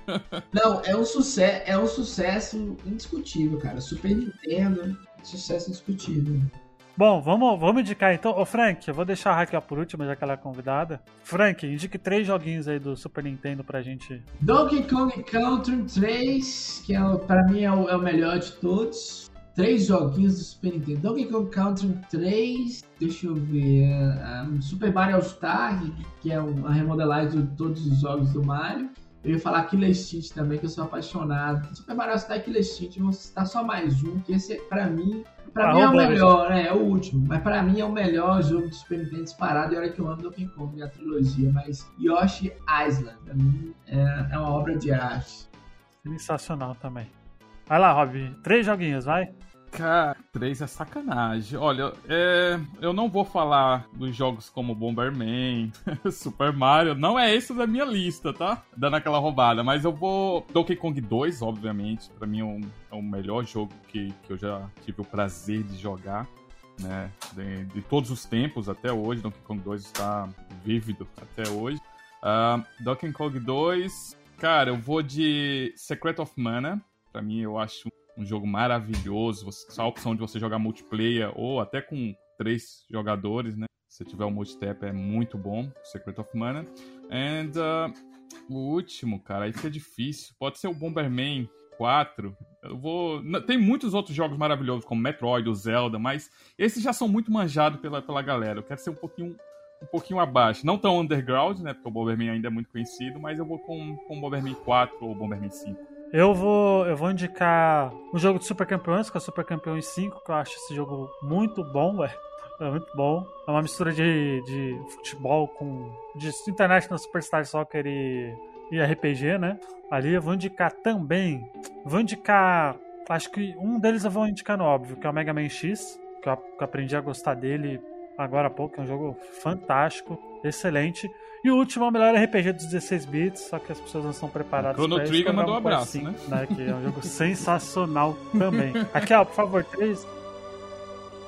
Não, é um sucesso, é um sucesso indiscutível, cara. Super Nintendo, sucesso indiscutível. Bom, vamos, vamos indicar então. Ô Frank, eu vou deixar a Raquel por último, já que ela é convidada. Frank, indique três joguinhos aí do Super Nintendo pra gente. Donkey Kong Country três, que é o, pra mim é o, é o melhor de todos. Três joguinhos do Super Nintendo. Donkey Kong Country três, deixa eu ver. Um, Super Mario All-Star, que é uma remodelagem de todos os jogos do Mario. Eu ia falar Killer Instinct também, que eu sou apaixonado. Super Mario All-Star e Killer Instinct, vou citar só mais um, que esse, pra mim, pra ah, mim é o melhor, né? É o último. Mas pra mim é o melhor jogo do Super Nintendo disparado. E olha que eu amo Donkey Kong, minha trilogia. Mas Yoshi Island, pra mim, é, é uma obra de arte. Sensacional também. Vai lá, Rob. Três joguinhos, vai. Cara, três é sacanagem. Olha, é, eu não vou falar dos jogos como Bomberman, Super Mario, não é esse da minha lista, tá? Dando aquela roubada, mas eu vou... Donkey Kong dois, obviamente, pra mim é, um, é o melhor jogo que, que eu já tive o prazer de jogar, né? De, de todos os tempos até hoje, Donkey Kong dois está vívido até hoje. Uh, Donkey Kong dois, cara, eu vou de Secret of Mana, pra mim eu acho... um jogo maravilhoso, a opção de você jogar multiplayer ou até com três jogadores, né? Se tiver o multitap é muito bom, Secret of Mana. And uh, o último, cara, aí fica difícil. Pode ser o Bomberman quatro. Eu vou... Tem muitos outros jogos maravilhosos, como Metroid, o Zelda, mas esses já são muito manjados pela, pela galera. Eu quero ser um pouquinho, um pouquinho abaixo. Não tão underground, né? Porque o Bomberman ainda é muito conhecido, mas eu vou com, com o Bomberman quatro ou o Bomberman cinco. Eu vou, eu vou indicar o jogo de Super Campeões, que é o Super Campeões cinco, que eu acho esse jogo muito bom, ué. É muito bom. É uma mistura de, de futebol com... de International Superstar Soccer e, e R P G, né? Ali eu vou indicar também... Vou indicar... Acho que um deles eu vou indicar no óbvio, que é o Mega Man X, que eu, que eu aprendi a gostar dele agora há pouco. É um jogo fantástico, excelente. E o último é o melhor R P G dos dezesseis bits, só que as pessoas não estão preparadas para isso. Chrono Trigger mandou um abraço, assim, né? né? Que é um jogo sensacional também. Aqui, ó, por favor, três...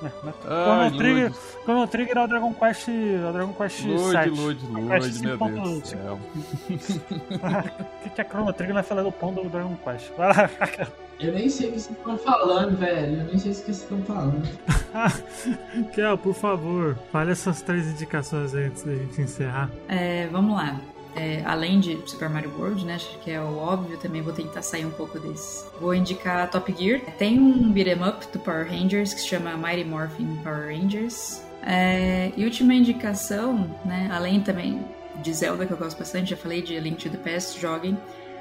Ai, Chrono Trigger, Chrono Trigger é o Dragon Quest, é o Dragon Quest Lude, sete. Lude, Lude, meu Deus do céu. O que, que é Chrono Trigger na fila do pão do Dragon Quest? Vai lá. Eu nem sei o que vocês estão falando, velho. Eu nem sei o que vocês estão falando. Kel, por favor, fale essas três indicações aí antes da gente encerrar. É, vamos lá. É, além de Super Mario World, né, acho que é o óbvio, também vou tentar sair um pouco desse. Vou indicar Top Gear. Tem um beat'em up do Power Rangers que se chama Mighty Morphin Power Rangers. É, e última indicação, né, além também de Zelda, que eu gosto bastante, já falei de A Link to the Past, joguem,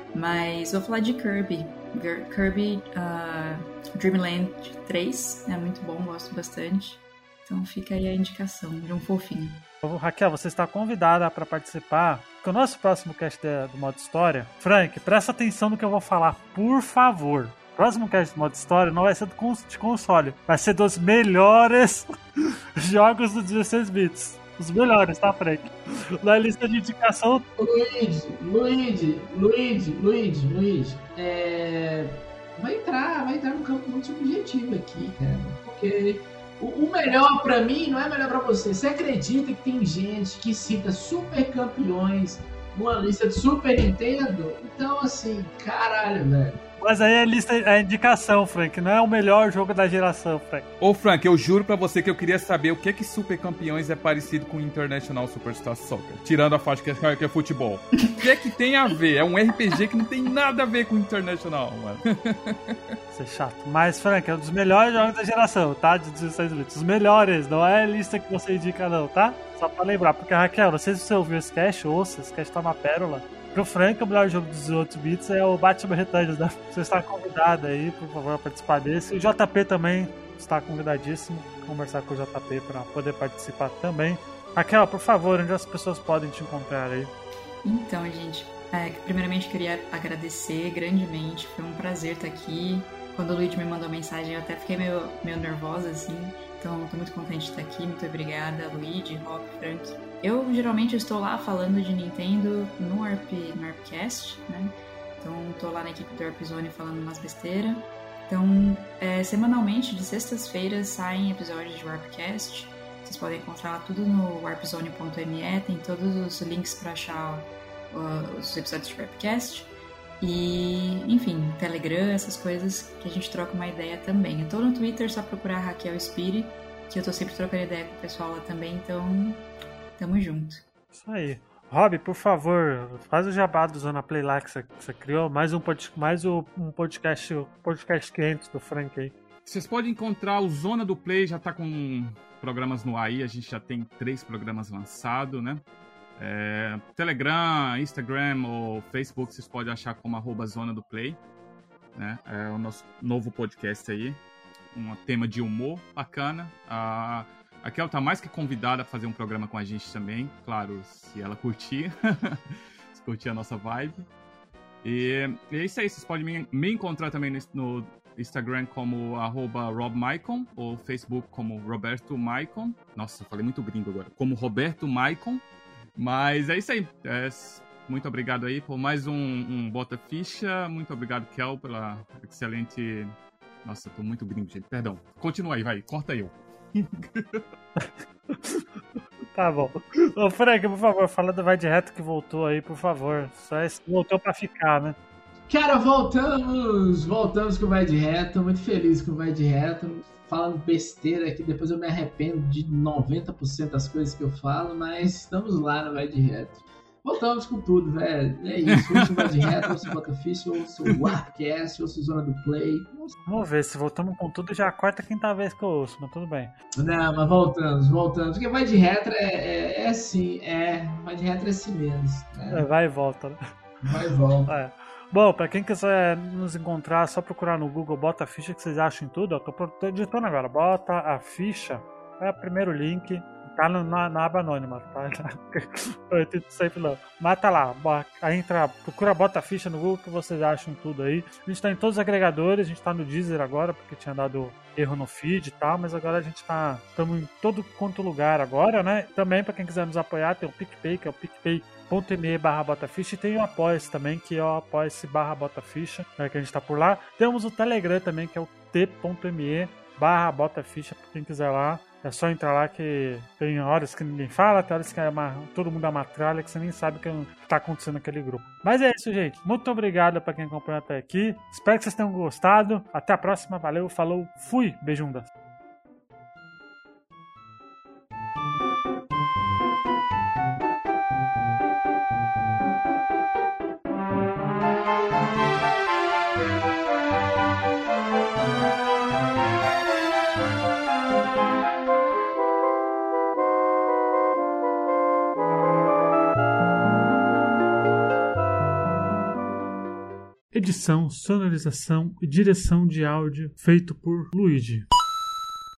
mas vou falar de Kirby. Kirby uh, Dream Land três, é muito bom, gosto bastante. Então fica aí a indicação de um fofinho. Raquel, você está convidada para participar do nosso próximo cast do Modo História. Frank, presta atenção no que eu vou falar, por favor. O próximo cast do Modo História não vai ser de console, vai ser dos melhores jogos dos dezesseis bits. Os melhores, tá, Frank? Na lista de indicação... Luigi, Luigi, Luigi, Luigi, Luigi. É... Vai entrar, vai entrar num campo muito subjetivo aqui, cara. Porque... O melhor pra mim não é melhor pra você. Você acredita que tem gente que cita super campeões numa lista de Super Nintendo? Então, assim, caralho, velho. Mas aí é a lista, é a indicação, Frank. Não é o melhor jogo da geração, Frank. Ô, Frank, eu juro pra você que eu queria saber o que é que Super Campeões é parecido com International Superstar Soccer. Tirando a faixa que é, que é futebol. O que é que tem a ver? É um R P G que não tem nada a ver com International, mano. Isso é chato. Mas, Frank, é um dos melhores jogos da geração, tá? De dezesseis bits. Os melhores, não é a lista que você indica, não, tá? Só pra lembrar. Porque, Raquel, não sei se você ouviu esse cast, ouça, esse cast tá uma pérola. Pro Frank, o melhor jogo dos dezoito bits é o Batman Returns, né? Você está convidado aí, por favor, a participar desse. O J P também está convidadíssimo a conversar com o J P para poder participar também. Raquel, por favor, onde as pessoas podem te encontrar aí? Então, gente, é, primeiramente queria agradecer grandemente, foi um prazer estar aqui. Quando o Luigi me mandou mensagem, eu até fiquei meio, meio nervosa, assim. Então, estou muito contente de estar aqui. Muito obrigada, Luigi, Rob, Frank. Eu, geralmente, estou lá falando de Nintendo no ARP, no ARPcast, né? Então, estou lá na equipe do ARPzone falando umas besteiras. Então, é, semanalmente, de sextas-feiras, saem episódios de ARPcast. Vocês podem encontrar lá tudo no warpzone ponto me. Tem todos os links para achar uh, os episódios de ARPcast. E, enfim, Telegram, essas coisas que a gente troca uma ideia também. Eu tô no Twitter, só procurar Raquel Spiri, que eu tô sempre trocando ideia com o pessoal lá também, então tamo junto. Isso aí. Rob, por favor, faz o jabá do Zona Play lá que você, que você criou, mais um, pod, mais um podcast, podcast quinhentos do Frank aí. Vocês podem encontrar o Zona do Play, já tá com programas no ar aí, a gente já tem três programas lançados, né? É, Telegram, Instagram ou Facebook, vocês podem achar como arroba Zona do Play, né? É o nosso novo podcast aí, um tema de humor bacana. A Raquel tá mais que convidada a fazer um programa com a gente também, claro, se ela curtir, se curtir a nossa vibe. E, e é isso aí, vocês podem me, me encontrar também no, no Instagram como arroba robmaicon, ou Facebook como Roberto Maicon. Nossa, eu falei muito gringo agora, como Roberto Maicon. Mas é isso aí. É, muito obrigado aí por mais um, um Bota Ficha. Muito obrigado, Kel, pela excelente... Nossa, tô muito gringo, gente. Perdão. Continua aí, vai. Corta eu. Tá bom. Ô, Frank, por favor, fala do Vai de Reto que voltou aí, por favor. Só esse voltou pra ficar, né? Cara, voltamos! Voltamos com o Vai de Reto. Muito feliz com o Vai de Reto. Falando besteira aqui, depois eu me arrependo de noventa por cento das coisas que eu falo, mas estamos lá no Vai de Reto. Voltamos com tudo, velho. É isso, ouço o Vai de Reto, ouço o Bota Ficha, ouço o Warpcast, ouço o Zona do Play. Vamos ver, se voltamos com tudo, já é a quarta, quinta vez que eu ouço, mas tudo bem. Não, mas voltamos, voltamos. Porque Vai de Reto é, é, é assim, é. Vai de Reto é assim mesmo. Né? É, vai e volta, né? Vai e volta. É. Bom, pra quem quiser nos encontrar, é só procurar no Google Bota a Ficha que vocês acham em tudo. Ó, tô, tô editando agora. Bota a Ficha. É o primeiro link. Tá no, na, na aba anônima, tá? Eu edito sempre não. Mas tá lá. Aí entra, procura Bota a Ficha no Google que vocês acham tudo aí. A gente tá em todos os agregadores. A gente tá no Deezer agora, porque tinha dado erro no feed e tal. Mas agora a gente tá... Estamos em todo quanto lugar agora, né? Também, pra quem quiser nos apoiar, tem o PicPay, que é o PicPay.me barra Botaficha, e tem o Apoia-se também, que é o Apoia-se barra Botaficha, né, que a gente tá por lá. Temos o Telegram também, que é o t.me barra botaficha, pra quem quiser lá. É só entrar lá que tem horas que ninguém fala, tem horas que é uma, todo mundo é uma tralha, que você nem sabe o que tá acontecendo naquele grupo. Mas é isso, gente. Muito obrigado pra quem acompanhou até aqui. Espero que vocês tenham gostado. Até a próxima. Valeu, falou, fui. Beijundas. Edição, sonorização e direção de áudio feito por Luigi.